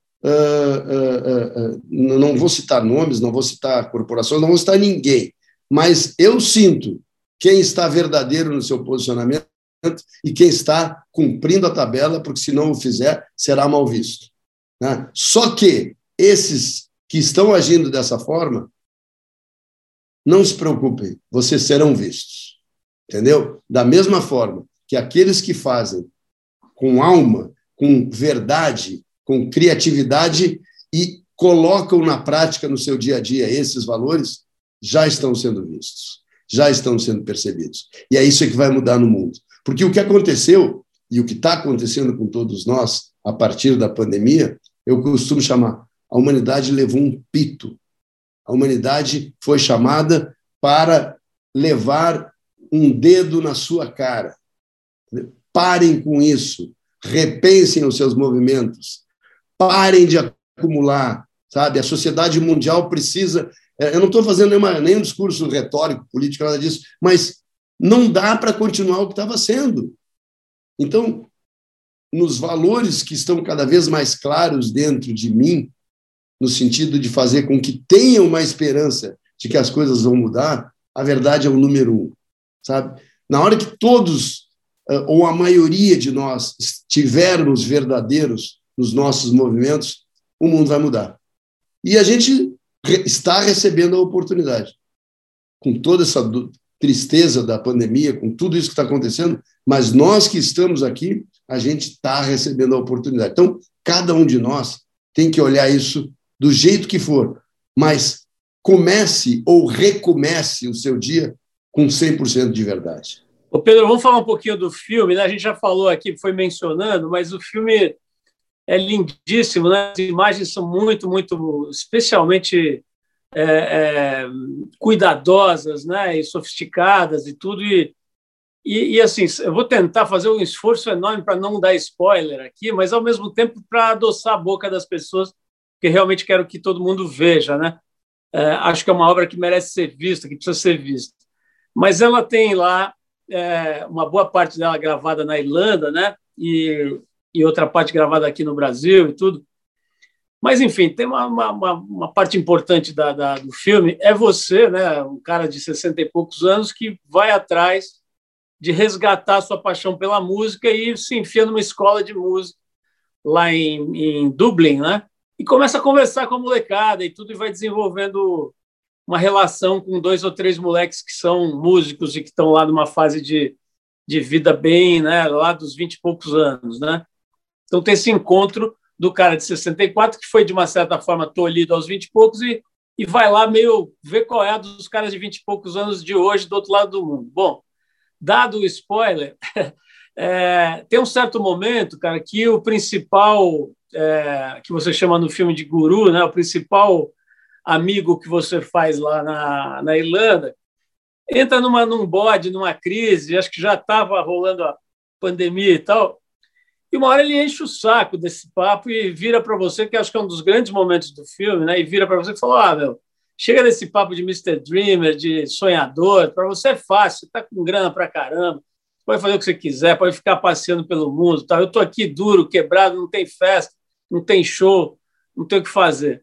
citar nomes, não vou citar corporações, não vou citar ninguém, mas eu sinto quem está verdadeiro no seu posicionamento e quem está cumprindo a tabela, porque se não o fizer, será mal visto. Né? Só que esses que estão agindo dessa forma, não se preocupem, vocês serão vistos. Entendeu? Da mesma forma que aqueles que fazem com alma, com verdade, com criatividade e colocam na prática no seu dia a dia esses valores, já estão sendo vistos, já estão sendo percebidos. E é isso que vai mudar no mundo. Porque o que aconteceu e o que está acontecendo com todos nós a partir da pandemia, eu costumo chamar, a humanidade levou um pito. A humanidade foi chamada para levar um dedo na sua cara. Parem com isso, repensem os seus movimentos, parem de acumular, sabe? A sociedade mundial precisa... Eu não estou fazendo nenhum discurso retórico, político, nada disso, mas não dá para continuar o que estava sendo. Então, nos valores que estão cada vez mais claros dentro de mim, no sentido de fazer com que tenham uma esperança de que as coisas vão mudar, a verdade é o número 1, sabe? Na hora que todos, ou a maioria de nós, estivermos verdadeiros nos nossos movimentos, o mundo vai mudar. E a gente está recebendo a oportunidade. Com toda essa tristeza da pandemia, com tudo isso que está acontecendo, mas nós que estamos aqui, a gente está recebendo a oportunidade. Então, cada um de nós tem que olhar isso do jeito que for, mas comece ou recomece o seu dia com 100% de verdade. Ô Pedro, vamos falar um pouquinho do filme, né? A gente já falou aqui, foi mencionando, mas o filme é lindíssimo, né? As imagens são muito, muito, especialmente cuidadosas, né? E sofisticadas e tudo. E assim, eu vou tentar fazer um esforço enorme para não dar spoiler aqui, mas ao mesmo tempo para adoçar a boca das pessoas, porque realmente quero que todo mundo veja, né? Acho que é uma obra que merece ser vista, que precisa ser vista. Mas ela tem lá uma boa parte dela gravada na Irlanda, né? E outra parte gravada aqui no Brasil e tudo. Mas, enfim, tem uma parte importante do filme, é você, né? Um cara de 60 e poucos anos que vai atrás de resgatar a sua paixão pela música e se enfia numa escola de música lá em Dublin, né? E começa a conversar com a molecada e tudo, e vai desenvolvendo uma relação com 2 ou 3 moleques que são músicos e que estão lá numa fase de vida bem, né? Lá dos 20 e poucos anos, né? Então tem esse encontro do cara de 64, que foi, de uma certa forma, tolhido aos 20 e poucos, e vai lá meio ver qual é a dos caras de 20 e poucos anos de hoje, do outro lado do mundo. Bom, dado o spoiler, tem um certo momento, cara, que o principal, que você chama no filme de guru, né, o principal amigo que você faz lá na Irlanda, entra num bode, numa crise, acho que já estava rolando a pandemia e tal, e uma hora ele enche o saco desse papo e vira para você, que acho que é um dos grandes momentos do filme, né, e vira para você e fala, meu, chega desse papo de Mr. Dreamer, de sonhador, para você é fácil, você está com grana para caramba, pode fazer o que você quiser, pode ficar passeando pelo mundo. Tá? Eu estou aqui duro, quebrado, não tem festa, não tem show, não tem o que fazer.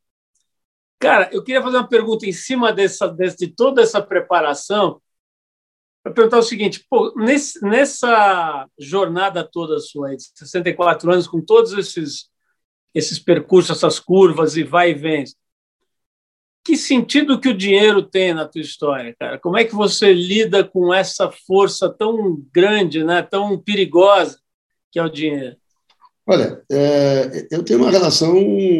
Cara, eu queria fazer uma pergunta em cima de toda essa preparação, para perguntar o seguinte, pô, nessa jornada toda sua, aí, de 64 anos, com todos esses percursos, essas curvas e vai e vem, que sentido que o dinheiro tem na tua história, cara? Como é que você lida com essa força tão grande, né, tão perigosa que é o dinheiro? Olha, eu tenho uma relação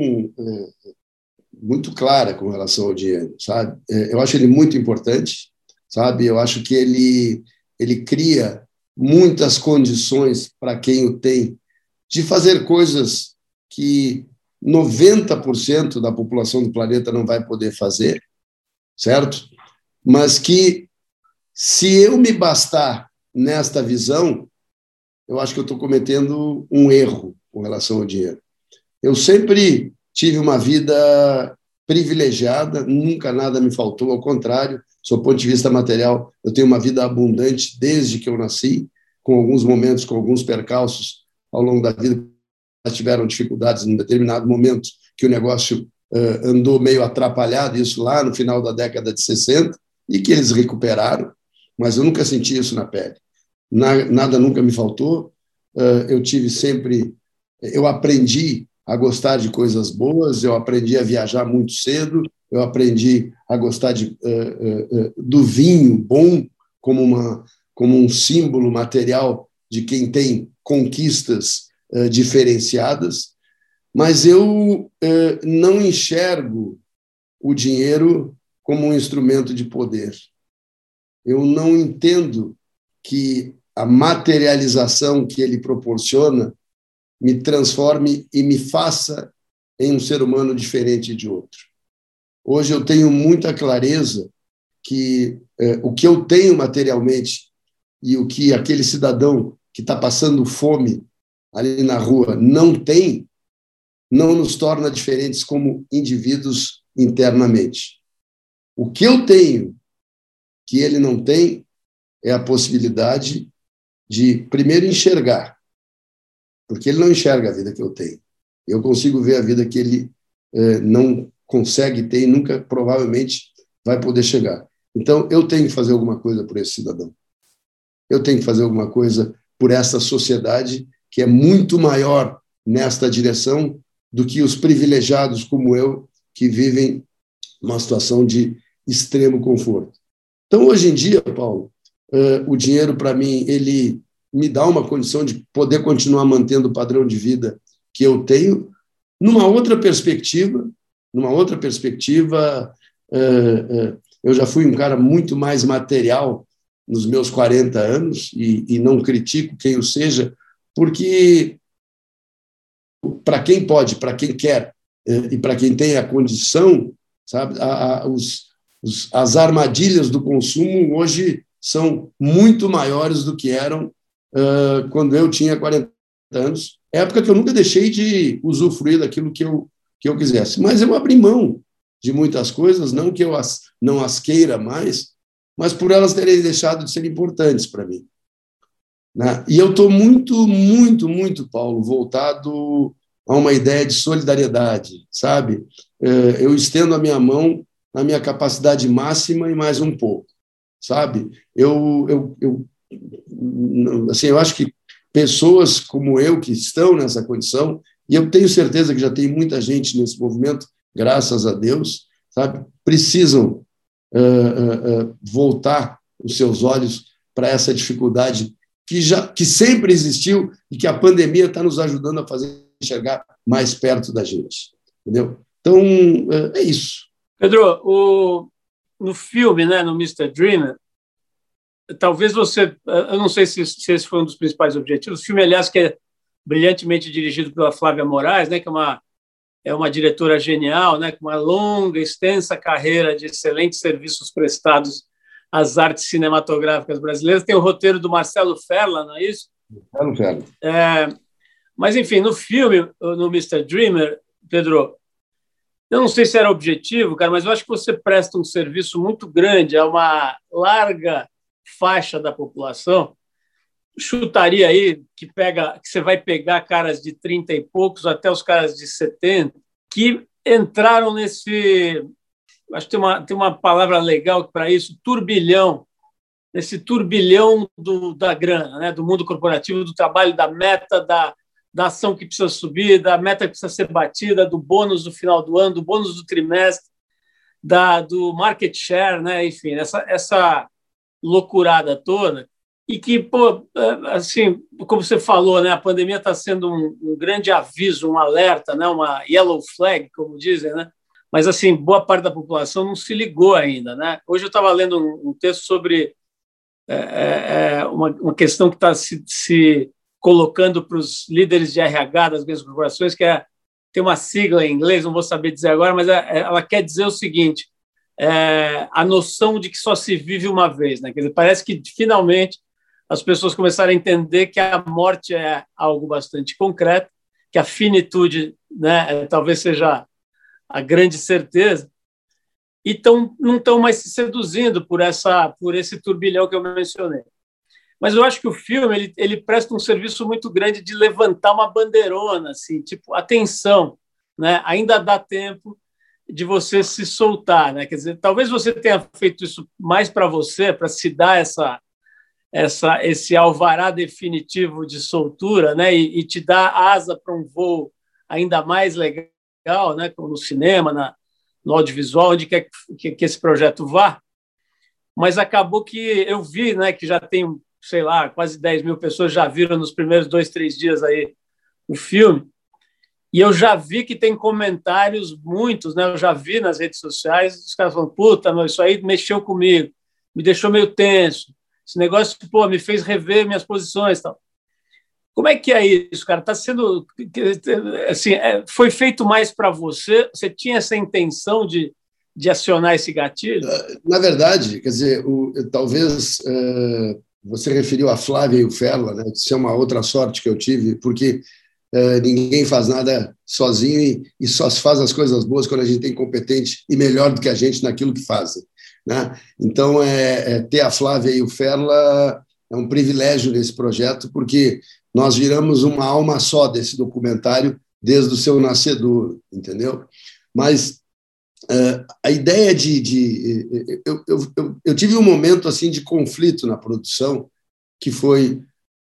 muito clara com relação ao dinheiro, sabe? Eu acho ele muito importante, sabe? Eu acho que ele cria muitas condições para quem o tem de fazer coisas que 90% da população do planeta não vai poder fazer, certo? Mas que Se eu me bastar nesta visão, eu acho que eu estou cometendo um erro com relação ao dinheiro. Eu sempre tive uma vida privilegiada, nunca nada me faltou, ao contrário, do ponto de vista material, eu tenho uma vida abundante desde que eu nasci, com alguns momentos, com alguns percalços ao longo da vida, tiveram dificuldades em determinado momento que o negócio andou meio atrapalhado, isso lá no final da década de 60, e que eles recuperaram, mas eu nunca senti isso na pele. Nada nunca me faltou, eu tive sempre... Eu aprendi a gostar de coisas boas, eu aprendi a viajar muito cedo, eu aprendi a gostar do vinho bom como um símbolo material de quem tem conquistas diferenciadas, mas eu não enxergo o dinheiro como um instrumento de poder. Eu não entendo que a materialização que ele proporciona me transforme e me faça em um ser humano diferente de outro. Hoje eu tenho muita clareza que o que eu tenho materialmente e o que aquele cidadão que está passando fome ali na rua não tem, não nos torna diferentes como indivíduos internamente. O que eu tenho que ele não tem é a possibilidade de, primeiro, enxergar, porque ele não enxerga a vida que eu tenho. Eu consigo ver a vida que ele não consegue ter e nunca, provavelmente, vai poder chegar. Então, eu tenho que fazer alguma coisa por esse cidadão. Eu tenho que fazer alguma coisa por essa sociedade que é muito maior nesta direção do que os privilegiados como eu, que vivem uma situação de extremo conforto. Então, hoje em dia, Paulo, o dinheiro, para mim, ele me dá uma condição de poder continuar mantendo o padrão de vida que eu tenho, numa outra perspectiva, eu já fui um cara muito mais material nos meus 40 anos e não critico quem o seja, porque para quem pode, para quem quer e para quem tem a condição, sabe, as armadilhas do consumo hoje são muito maiores do que eram quando eu tinha 40 anos, época que eu nunca deixei de usufruir daquilo que eu quisesse. Mas eu abri mão de muitas coisas, não que eu não as queira mais, mas por elas terem deixado de ser importantes para mim. Né? E eu estou muito, muito, muito, Paulo, voltado a uma ideia de solidariedade, sabe? Eu estendo a minha mão na minha capacidade máxima e mais um pouco, sabe? Assim, eu acho que pessoas como eu que estão nessa condição, e eu tenho certeza que já tem muita gente nesse movimento, graças a Deus, sabe, precisam voltar os seus olhos para essa dificuldade que sempre existiu e que a pandemia está nos ajudando a fazer enxergar mais perto da gente. Entendeu? Então, é isso. Pedro, no filme, né, no Mr. Dreamer, talvez você... Eu não sei se esse foi um dos principais objetivos. O filme, aliás, que é brilhantemente dirigido pela Flávia Moraes, né, que é uma diretora genial, né, com uma longa, extensa carreira de excelentes serviços prestados às artes cinematográficas brasileiras. Tem o roteiro do Marcelo Ferla, não é isso? Marcelo Ferla. Mas, enfim, no filme, no Mr. Dreamer, Pedro, eu não sei se era objetivo, cara, mas eu acho que você presta um serviço muito grande a uma larga faixa da população. Chutaria aí que você vai pegar caras de 30 e poucos até os caras de 70 que entraram nesse... Acho que tem uma palavra legal para isso, turbilhão, nesse turbilhão da grana, né? Do mundo corporativo, do trabalho, da meta, da ação que precisa subir, da meta que precisa ser batida, do bônus do final do ano, do bônus do trimestre, do market share, né? Enfim, essa loucurada toda. E que, pô, assim, como você falou, né? A pandemia está sendo um grande aviso, um alerta, né? Uma yellow flag, como dizem, né? Mas, assim, boa parte da população não se ligou ainda, né? Hoje eu estava lendo um texto sobre uma questão que está se colocando para os líderes de RH das grandes corporações, que tem uma sigla em inglês, não vou saber dizer agora, mas ela quer dizer o seguinte: a noção de que só se vive uma vez, né? Quer dizer, parece que finalmente as pessoas começaram a entender que a morte é algo bastante concreto, que a finitude, né, talvez seja a grande certeza, e não estão mais se seduzindo por esse turbilhão que eu mencionei. Mas eu acho que o filme ele presta um serviço muito grande de levantar uma bandeirona, assim, tipo, atenção, né? Ainda dá tempo de você se soltar, né? Quer dizer, talvez você tenha feito isso mais para você, para se dar esse alvará definitivo de soltura, né? E te dar asa para um voo ainda mais legal, né? Como no cinema, no audiovisual, onde quer que esse projeto vá. Mas acabou que eu vi, né? Que já tem, sei lá, quase 10 mil pessoas já viram nos primeiros 2, 3 dias aí o filme. E eu já vi que tem comentários, muitos, né? Eu já vi nas redes sociais, os caras falando, puta, meu, isso aí mexeu comigo, me deixou meio tenso. Esse negócio, pô, me fez rever minhas posições e tal. Como é que é isso, cara? Está sendo... Assim, foi feito mais para você? Você tinha essa intenção de acionar esse gatilho? Na verdade, quer dizer, talvez você referiu a Flávia e o Ferla, né? Isso é uma outra sorte que eu tive, porque ninguém faz nada sozinho e só se faz as coisas boas quando a gente tem competente e melhor do que a gente naquilo que fazem, né? Então, ter a Flávia e o Ferla é um privilégio nesse projeto, porque nós viramos uma alma só desse documentário desde o seu nascedor, entendeu? Mas a ideia eu tive um momento assim de conflito na produção, que foi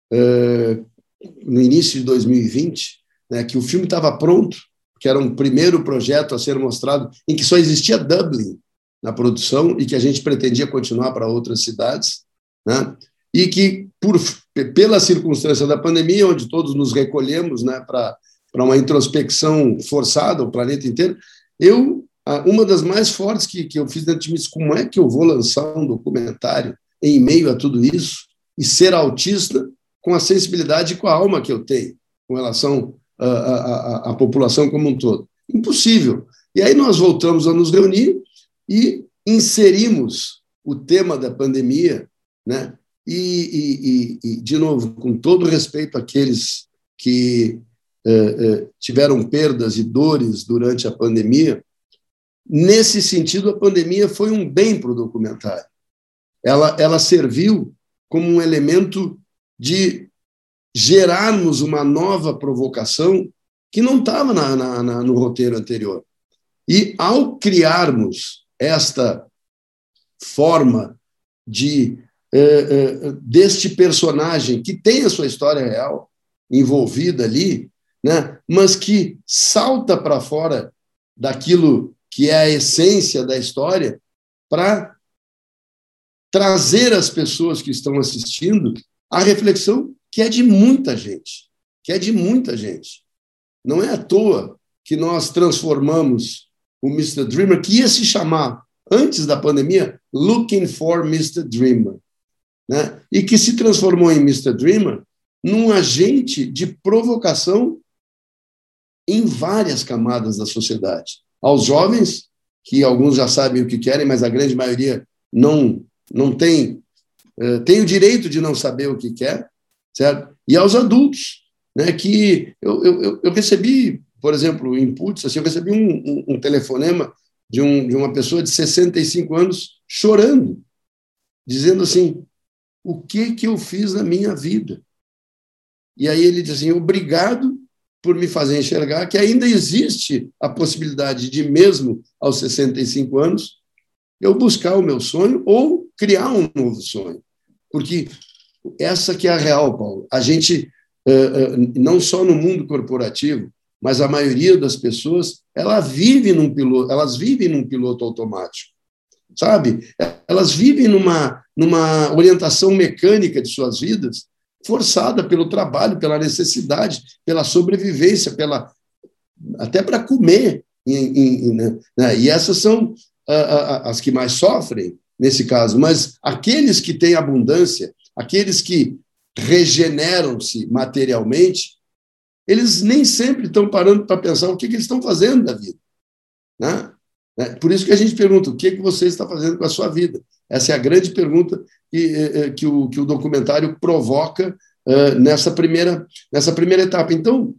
no início de 2020, né, que o filme estava pronto, que era um primeiro projeto a ser mostrado, em que só existia Dublin na produção e que a gente pretendia continuar para outras cidades, né, e que, pela circunstância da pandemia, onde todos nos recolhemos, né, para uma introspecção forçada, o planeta inteiro, uma das mais fortes que eu fiz dentro de mim, como é que eu vou lançar um documentário em meio a tudo isso e ser autista com a sensibilidade e com a alma que eu tenho com relação à população como um todo? Impossível. E aí nós voltamos a nos reunir e inserimos o tema da pandemia, né? E de novo, com todo respeito àqueles que tiveram perdas e dores durante a pandemia, nesse sentido, a pandemia foi um bem para o documentário. Ela serviu como um elemento de gerarmos uma nova provocação que não estava no roteiro anterior. E, ao criarmos esta forma deste personagem que tem a sua história real envolvida ali, né, mas que salta para fora daquilo que é a essência da história, para trazer às pessoas que estão assistindo a reflexão que é de muita gente, Não é à toa que nós transformamos o Mr. Dreamer, que ia se chamar, antes da pandemia, Looking for Mr. Dreamer, né? E que se transformou em Mr. Dreamer num agente de provocação em várias camadas da sociedade. Aos jovens, que alguns já sabem o que querem, mas a grande maioria não tem o direito de não saber o que quer, certo? E aos adultos, né, que eu recebi, por exemplo, inputs, assim, eu recebi um telefonema de uma pessoa de 65 anos chorando, dizendo assim, o que eu fiz na minha vida? E aí ele diz assim, obrigado por me fazer enxergar que ainda existe a possibilidade de, mesmo aos 65 anos, eu buscar o meu sonho ou criar um novo sonho. Porque essa que é a real, Paulo. A gente, não só no mundo corporativo, mas a maioria das pessoas, elas vivem num piloto automático, sabe? Elas vivem numa orientação mecânica de suas vidas, forçada pelo trabalho, pela necessidade, pela sobrevivência, até para comer. Né? E essas são as que mais sofrem nesse caso. Mas aqueles que têm abundância, aqueles que regeneram-se materialmente, eles nem sempre estão parando para pensar o que eles estão fazendo da vida, né? né? Por isso que a gente pergunta, o que você está fazendo com a sua vida? Essa é a grande pergunta que o documentário provoca nessa primeira etapa. Então,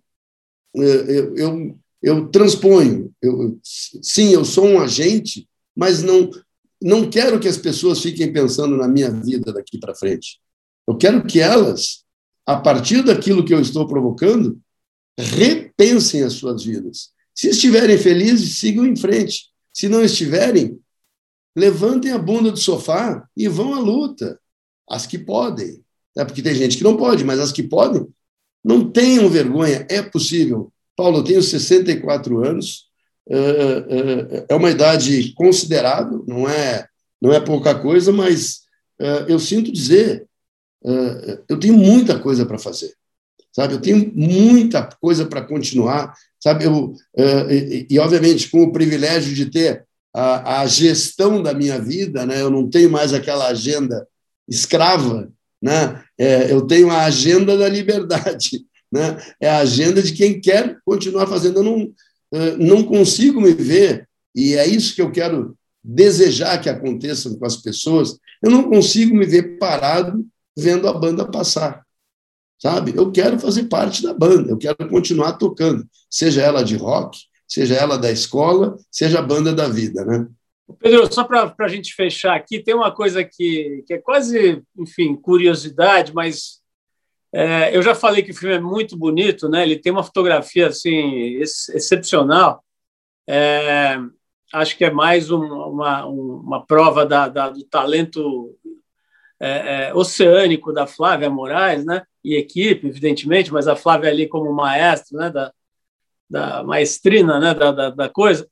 eu transponho. Sim, eu sou um agente, mas não quero que as pessoas fiquem pensando na minha vida daqui para frente. Eu quero que elas, a partir daquilo que eu estou provocando, repensem as suas vidas. Se estiverem felizes, sigam em frente. Se não estiverem, levantem a bunda do sofá e vão à luta. As que podem. Porque tem gente que não pode, mas as que podem, não tenham vergonha, é possível. Paulo, eu tenho 64 anos, é uma idade considerável, não é pouca coisa, mas eu sinto dizer, eu tenho muita coisa para fazer, sabe? Eu tenho muita coisa para continuar, sabe? E, obviamente, com o privilégio de ter a gestão da minha vida, né? Eu não tenho mais aquela agenda escrava, né? Eu tenho a agenda da liberdade, né? É a agenda de quem quer continuar fazendo. Eu não consigo me ver, e é isso que eu quero desejar que aconteça com as pessoas, eu não consigo me ver parado vendo a banda passar, sabe? Eu quero fazer parte da banda, eu quero continuar tocando, seja ela de rock, seja ela da escola, seja a banda da vida, né? Pedro, só para a gente fechar aqui, tem uma coisa que é quase, enfim, curiosidade, mas eu já falei que o filme é muito bonito, né? Ele tem uma fotografia assim excepcional. Acho que é mais uma prova do talento oceânico da Flávia Moraes, né? E equipe, evidentemente, mas a Flávia ali como maestra, né? Da maestrina, né? Da coisa.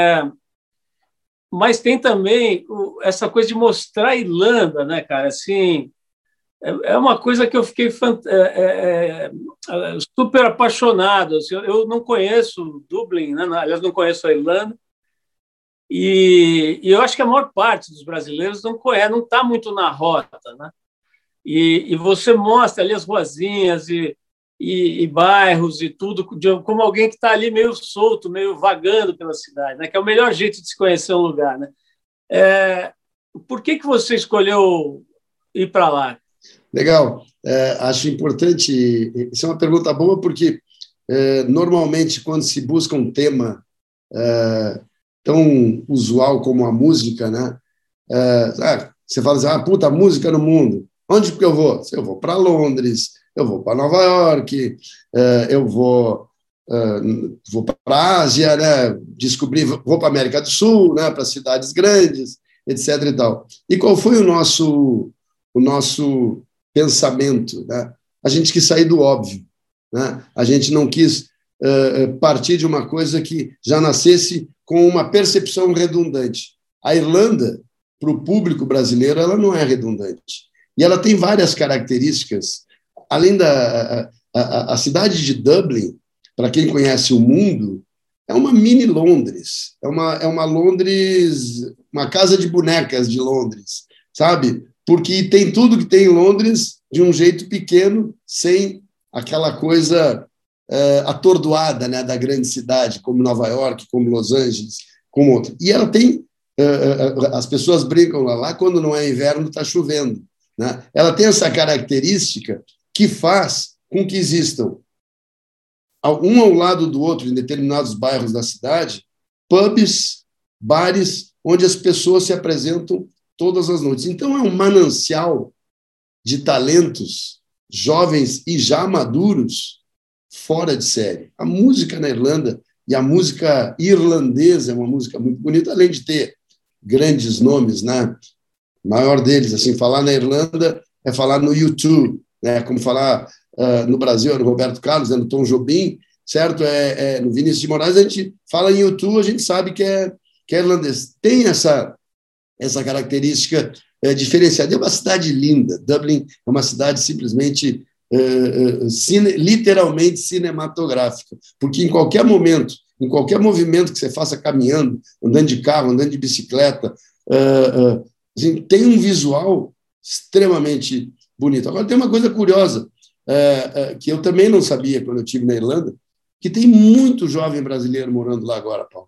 Mas tem também essa coisa de mostrar a Irlanda, né, cara? Assim, é uma coisa que eu fiquei super apaixonado. Assim, eu não conheço Dublin, né? Aliás, não conheço a Irlanda. E eu acho que a maior parte dos brasileiros não conhece, não está muito na rota, né? E você mostra ali as ruazinhas e bairros e tudo, como alguém que está ali meio solto, meio vagando pela cidade, né? Que é o melhor jeito de se conhecer um lugar, né? Por que você escolheu ir para lá? Legal. Acho importante. Isso é uma pergunta boa, porque normalmente, quando se busca um tema tão usual como a música, né? Você fala assim, puta, música no mundo. Onde que eu vou? Eu vou para Londres, eu vou para Nova York, eu vou para a Ásia, né? Vou para a América do Sul, né? Para cidades grandes, etc. E tal. E qual foi o nosso pensamento, né? A gente quis sair do óbvio, né? A gente não quis partir de uma coisa que já nascesse com uma percepção redundante. A Irlanda, para o público brasileiro, ela não é redundante. E ela tem várias características. Além a cidade de Dublin, para quem conhece o mundo, é uma mini Londres, é uma Londres, uma casa de bonecas de Londres, sabe? Porque tem tudo que tem em Londres de um jeito pequeno, sem aquela coisa atordoada, né, da grande cidade, como Nova York, como Los Angeles, como outra. E ela tem, as pessoas brincam lá quando não é inverno, está chovendo, né? Ela tem essa característica que faz com que existam, um ao lado do outro, em determinados bairros da cidade, pubs, bares, onde as pessoas se apresentam todas as noites. Então, é um manancial de talentos jovens e já maduros fora de série. A música na Irlanda e a música irlandesa é uma música muito bonita, além de ter grandes nomes, né? O maior deles, assim, falar na Irlanda é falar no U2, né? Como falar no Brasil, no Roberto Carlos, no Tom Jobim, certo? No Vinícius de Moraes, a gente fala em U2, a gente sabe que é irlandês. Tem essa característica diferenciada. É uma cidade linda. Dublin é uma cidade simplesmente, literalmente cinematográfica, porque em qualquer momento, em qualquer movimento que você faça caminhando, andando de carro, andando de bicicleta, assim, tem um visual extremamente bonito. Agora, tem uma coisa curiosa, que eu também não sabia quando eu estive na Irlanda, que tem muito jovem brasileiro morando lá agora, Paulo.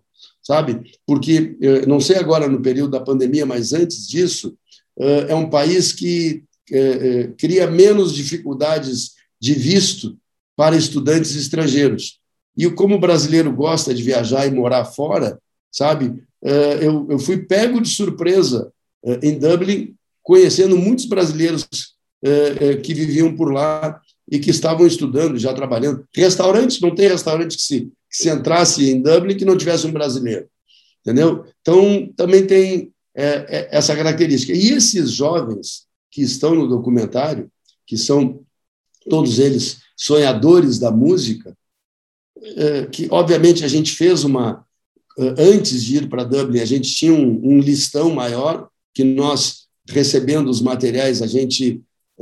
sabe? Porque, não sei agora no período da pandemia, mas antes disso, é um país que cria menos dificuldades de visto para estudantes estrangeiros. E como o brasileiro gosta de viajar e morar fora, sabe? Eu fui pego de surpresa em Dublin, conhecendo muitos brasileiros que viviam por lá e que estavam estudando, já trabalhando. Restaurantes, não tem restaurante que se entrasse em Dublin que não tivesse um brasileiro, entendeu? Então, também tem essa característica. E esses jovens que estão no documentário, que são todos eles sonhadores da música, que, obviamente, a gente fez antes de ir para Dublin, a gente tinha um listão maior, que nós, recebendo os materiais, a gente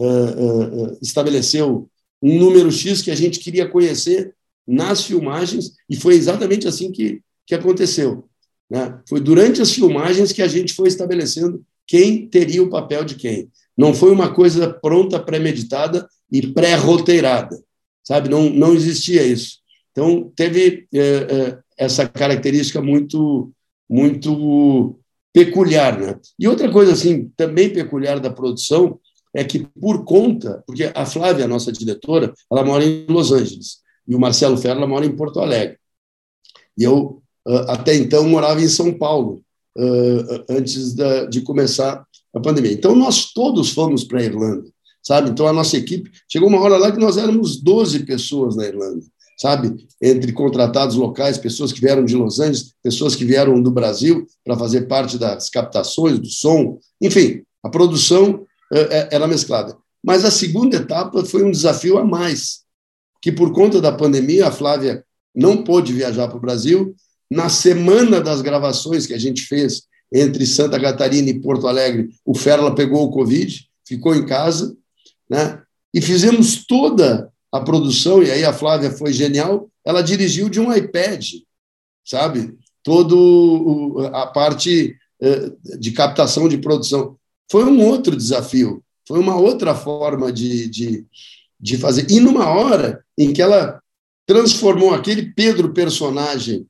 estabeleceu um número X que a gente queria conhecer nas filmagens, e foi exatamente assim que aconteceu, né? Foi durante as filmagens que a gente foi estabelecendo quem teria o papel de quem. Não foi uma coisa pronta, premeditada e pré-roteirada, sabe? Não existia isso. Então, teve essa característica muito, muito peculiar, né? E outra coisa assim também peculiar da produção é que, por conta, porque a Flávia, a nossa diretora, ela mora em Los Angeles, e o Marcelo Ferla mora em Porto Alegre. E eu, até então, morava em São Paulo, antes de começar a pandemia. Então, nós todos fomos para a Irlanda, sabe? Então, a nossa equipe, chegou uma hora lá que nós éramos 12 pessoas na Irlanda, sabe? Entre contratados locais, pessoas que vieram de Los Angeles, pessoas que vieram do Brasil para fazer parte das captações, do som, enfim, a produção era mesclada. Mas a segunda etapa foi um desafio a mais, que por conta da pandemia, a Flávia não pôde viajar para o Brasil. Na semana das gravações que a gente fez entre Santa Catarina e Porto Alegre, o Ferla pegou o Covid, ficou em casa, né? E fizemos toda a produção, e aí a Flávia foi genial, ela dirigiu de um iPad, sabe? Toda a parte de captação de produção. Foi um outro desafio, foi uma outra forma de fazer. E numa hora em que ela transformou aquele Pedro personagem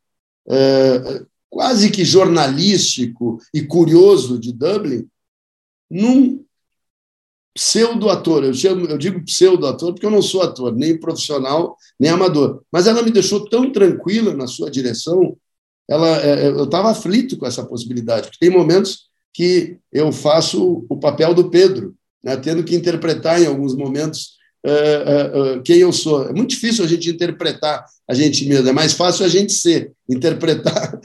quase que jornalístico e curioso de Dublin num pseudo-ator. Eu digo pseudo-ator porque eu não sou ator, nem profissional, nem amador. Mas ela me deixou tão tranquila na sua direção, eu estava aflito com essa possibilidade, porque tem momentos que eu faço o papel do Pedro, né, tendo que interpretar em alguns momentos quem eu sou. É muito difícil a gente interpretar a gente mesmo, é mais fácil a gente ser. Interpretar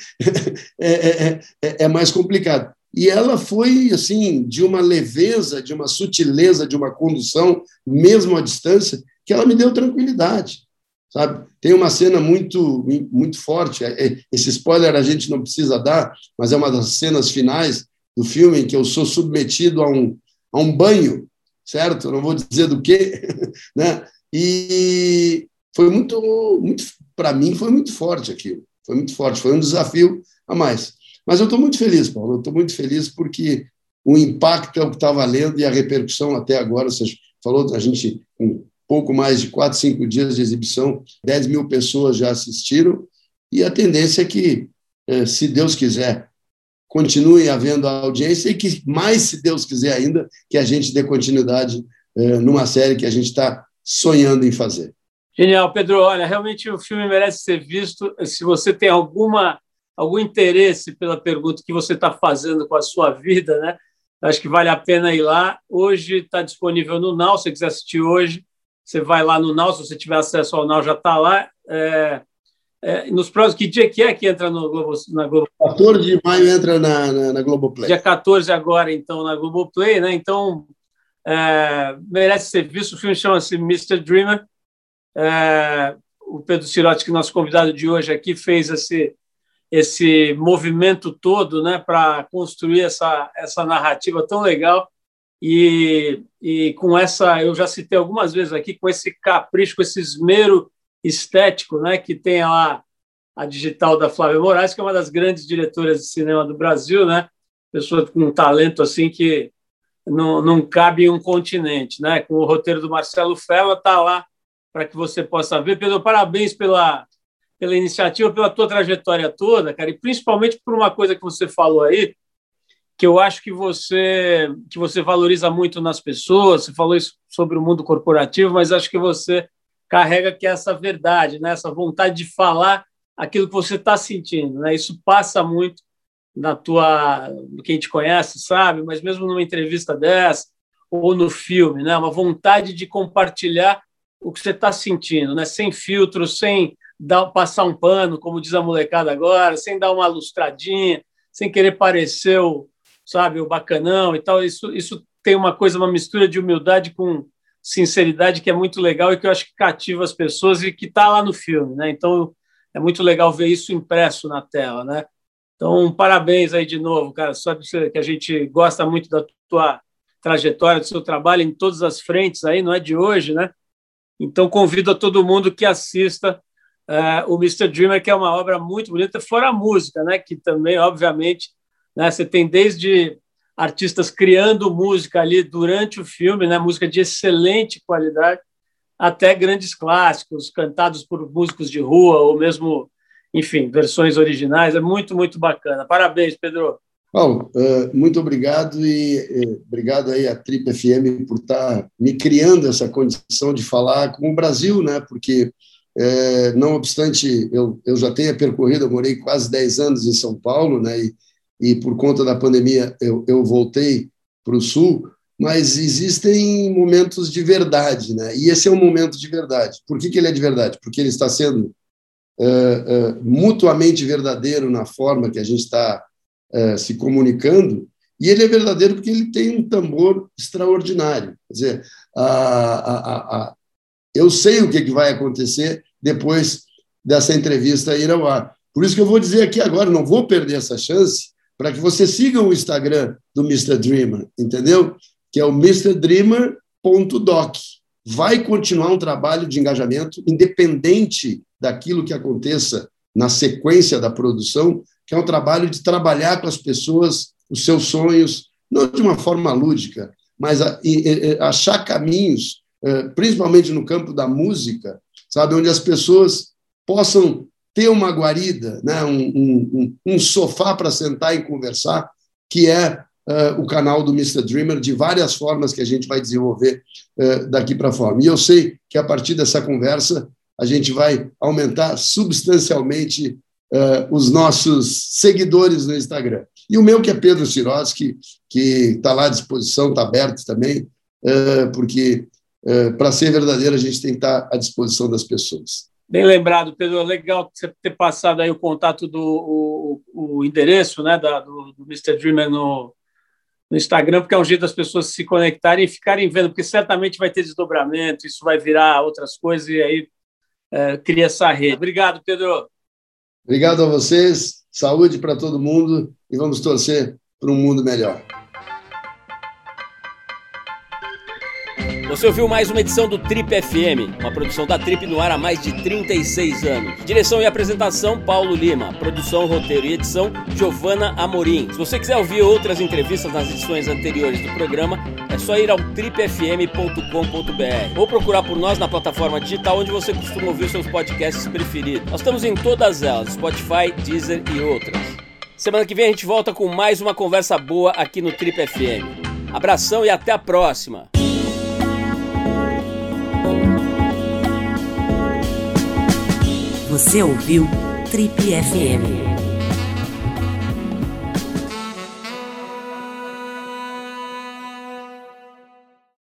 é mais complicado. E ela foi assim de uma leveza, de uma sutileza, de uma condução, mesmo à distância, que ela me deu tranquilidade, sabe? Tem uma cena muito, muito forte, esse spoiler a gente não precisa dar, mas é uma das cenas finais do filme em que eu sou submetido a um banho, certo? Não vou dizer do quê, né? E foi muito para mim, foi muito forte aquilo, foi muito forte, foi um desafio a mais. Mas eu estou muito feliz, Paulo, eu estou muito feliz porque o impacto é o que está valendo e a repercussão até agora, você falou, a gente, com pouco mais de 4, 5 dias de exibição, 10 mil pessoas já assistiram, e a tendência é que, se Deus quiser, continue havendo audiência e que mais, se Deus quiser ainda, que a gente dê continuidade numa série que a gente está sonhando em fazer. Genial, Pedro. Olha, realmente o filme merece ser visto. Se você tem algum interesse pela pergunta que você está fazendo com a sua vida, né? Acho que vale a pena ir lá. Hoje está disponível no Now, se você quiser assistir hoje, você vai lá no Now, se você tiver acesso ao Now, já está lá. Nos próximos, que dia que entra na Globo? 14 de maio entra na Globoplay. Dia 14 agora, então, na Globoplay, né? Então, merece ser visto. O filme chama-se Mr. Dreamer. O Pedro Sirotti, que é nosso convidado de hoje aqui, fez esse movimento todo, né, para construir essa narrativa tão legal e com essa, eu já citei algumas vezes aqui, com esse capricho, com esse esmero estético, né, que tem lá a digital da Flávia Moraes, que é uma das grandes diretoras de cinema do Brasil, né, pessoa com um talento assim que não cabe em um continente, né, com o roteiro do Marcelo Ferla, está lá para que você possa ver. Pedro, parabéns pela iniciativa, pela tua trajetória toda, cara, e principalmente por uma coisa que você falou aí, que eu acho que você valoriza muito nas pessoas. Você falou isso sobre o mundo corporativo, mas acho que você carrega que é essa verdade, né? Essa vontade de falar aquilo que você está sentindo, né? Isso passa muito quem te conhece sabe, mas mesmo numa entrevista dessa ou no filme, né? Uma vontade de compartilhar o que você está sentindo, né? Sem filtro, sem passar um pano, como diz a molecada agora, sem dar uma lustradinha, sem querer parecer o bacanão e tal. Isso tem uma mistura de humildade com sinceridade que é muito legal e que eu acho que cativa as pessoas e que está lá no filme, né? Então, é muito legal ver isso impresso na tela, né? Então, parabéns aí de novo, cara. Sabe que a gente gosta muito da tua trajetória, do seu trabalho em todas as frentes aí, não é de hoje, né? Então, convido a todo mundo que assista o Mr. Dreamer, que é uma obra muito bonita, fora a música, né? Que também, obviamente, né, você tem desde artistas criando música ali durante o filme, né? Música de excelente qualidade, até grandes clássicos cantados por músicos de rua ou mesmo, enfim, versões originais. É muito, muito bacana. Parabéns, Pedro. Paulo, muito obrigado e obrigado aí à Trip FM por estar me criando essa condição de falar com o Brasil, né? Porque, não obstante eu já tenha percorrido, eu morei quase 10 anos em São Paulo, né? E por conta da pandemia eu voltei para o Sul, mas existem momentos de verdade, né? E esse é um momento de verdade. Por que ele é de verdade? Porque ele está sendo mutuamente verdadeiro na forma que a gente está se comunicando, e ele é verdadeiro porque ele tem um tambor extraordinário. Quer dizer, eu sei o que vai acontecer depois dessa entrevista ir ao ar. Por isso que eu vou dizer aqui agora, não vou perder essa chance, para que você siga o Instagram do Mr. Dreamer, entendeu? Que é o mrdreamer.doc. Vai continuar um trabalho de engajamento, independente daquilo que aconteça na sequência da produção, que é um trabalho de trabalhar com as pessoas os seus sonhos, não de uma forma lúdica, mas achar caminhos, principalmente no campo da música, sabe, onde as pessoas possam ter uma guarida, né, um sofá para sentar e conversar, que é o canal do Mr. Dreamer, de várias formas que a gente vai desenvolver daqui para fora. E eu sei que, a partir dessa conversa, a gente vai aumentar substancialmente os nossos seguidores no Instagram. E o meu, que é Pedro Sirotsky, que está lá à disposição, está aberto também, porque, para ser verdadeiro, a gente tem que estar à disposição das pessoas. Bem lembrado, Pedro. Legal você ter passado aí o contato o endereço, né, do Mr. Dreamer no Instagram, porque é um jeito das pessoas se conectarem e ficarem vendo, porque certamente vai ter desdobramento, isso vai virar outras coisas e aí cria essa rede. Obrigado, Pedro. Obrigado a vocês, saúde para todo mundo e vamos torcer para um mundo melhor. Você ouviu mais uma edição do Trip FM, uma produção da Trip no ar há mais de 36 anos. Direção e apresentação, Paulo Lima. Produção, roteiro e edição, Giovana Amorim. Se você quiser ouvir outras entrevistas nas edições anteriores do programa, é só ir ao tripfm.com.br ou procurar por nós na plataforma digital onde você costuma ouvir os seus podcasts preferidos. Nós estamos em todas elas, Spotify, Deezer e outras. Semana que vem a gente volta com mais uma conversa boa aqui no Trip FM. Abração e até a próxima! Você ouviu Trip FM.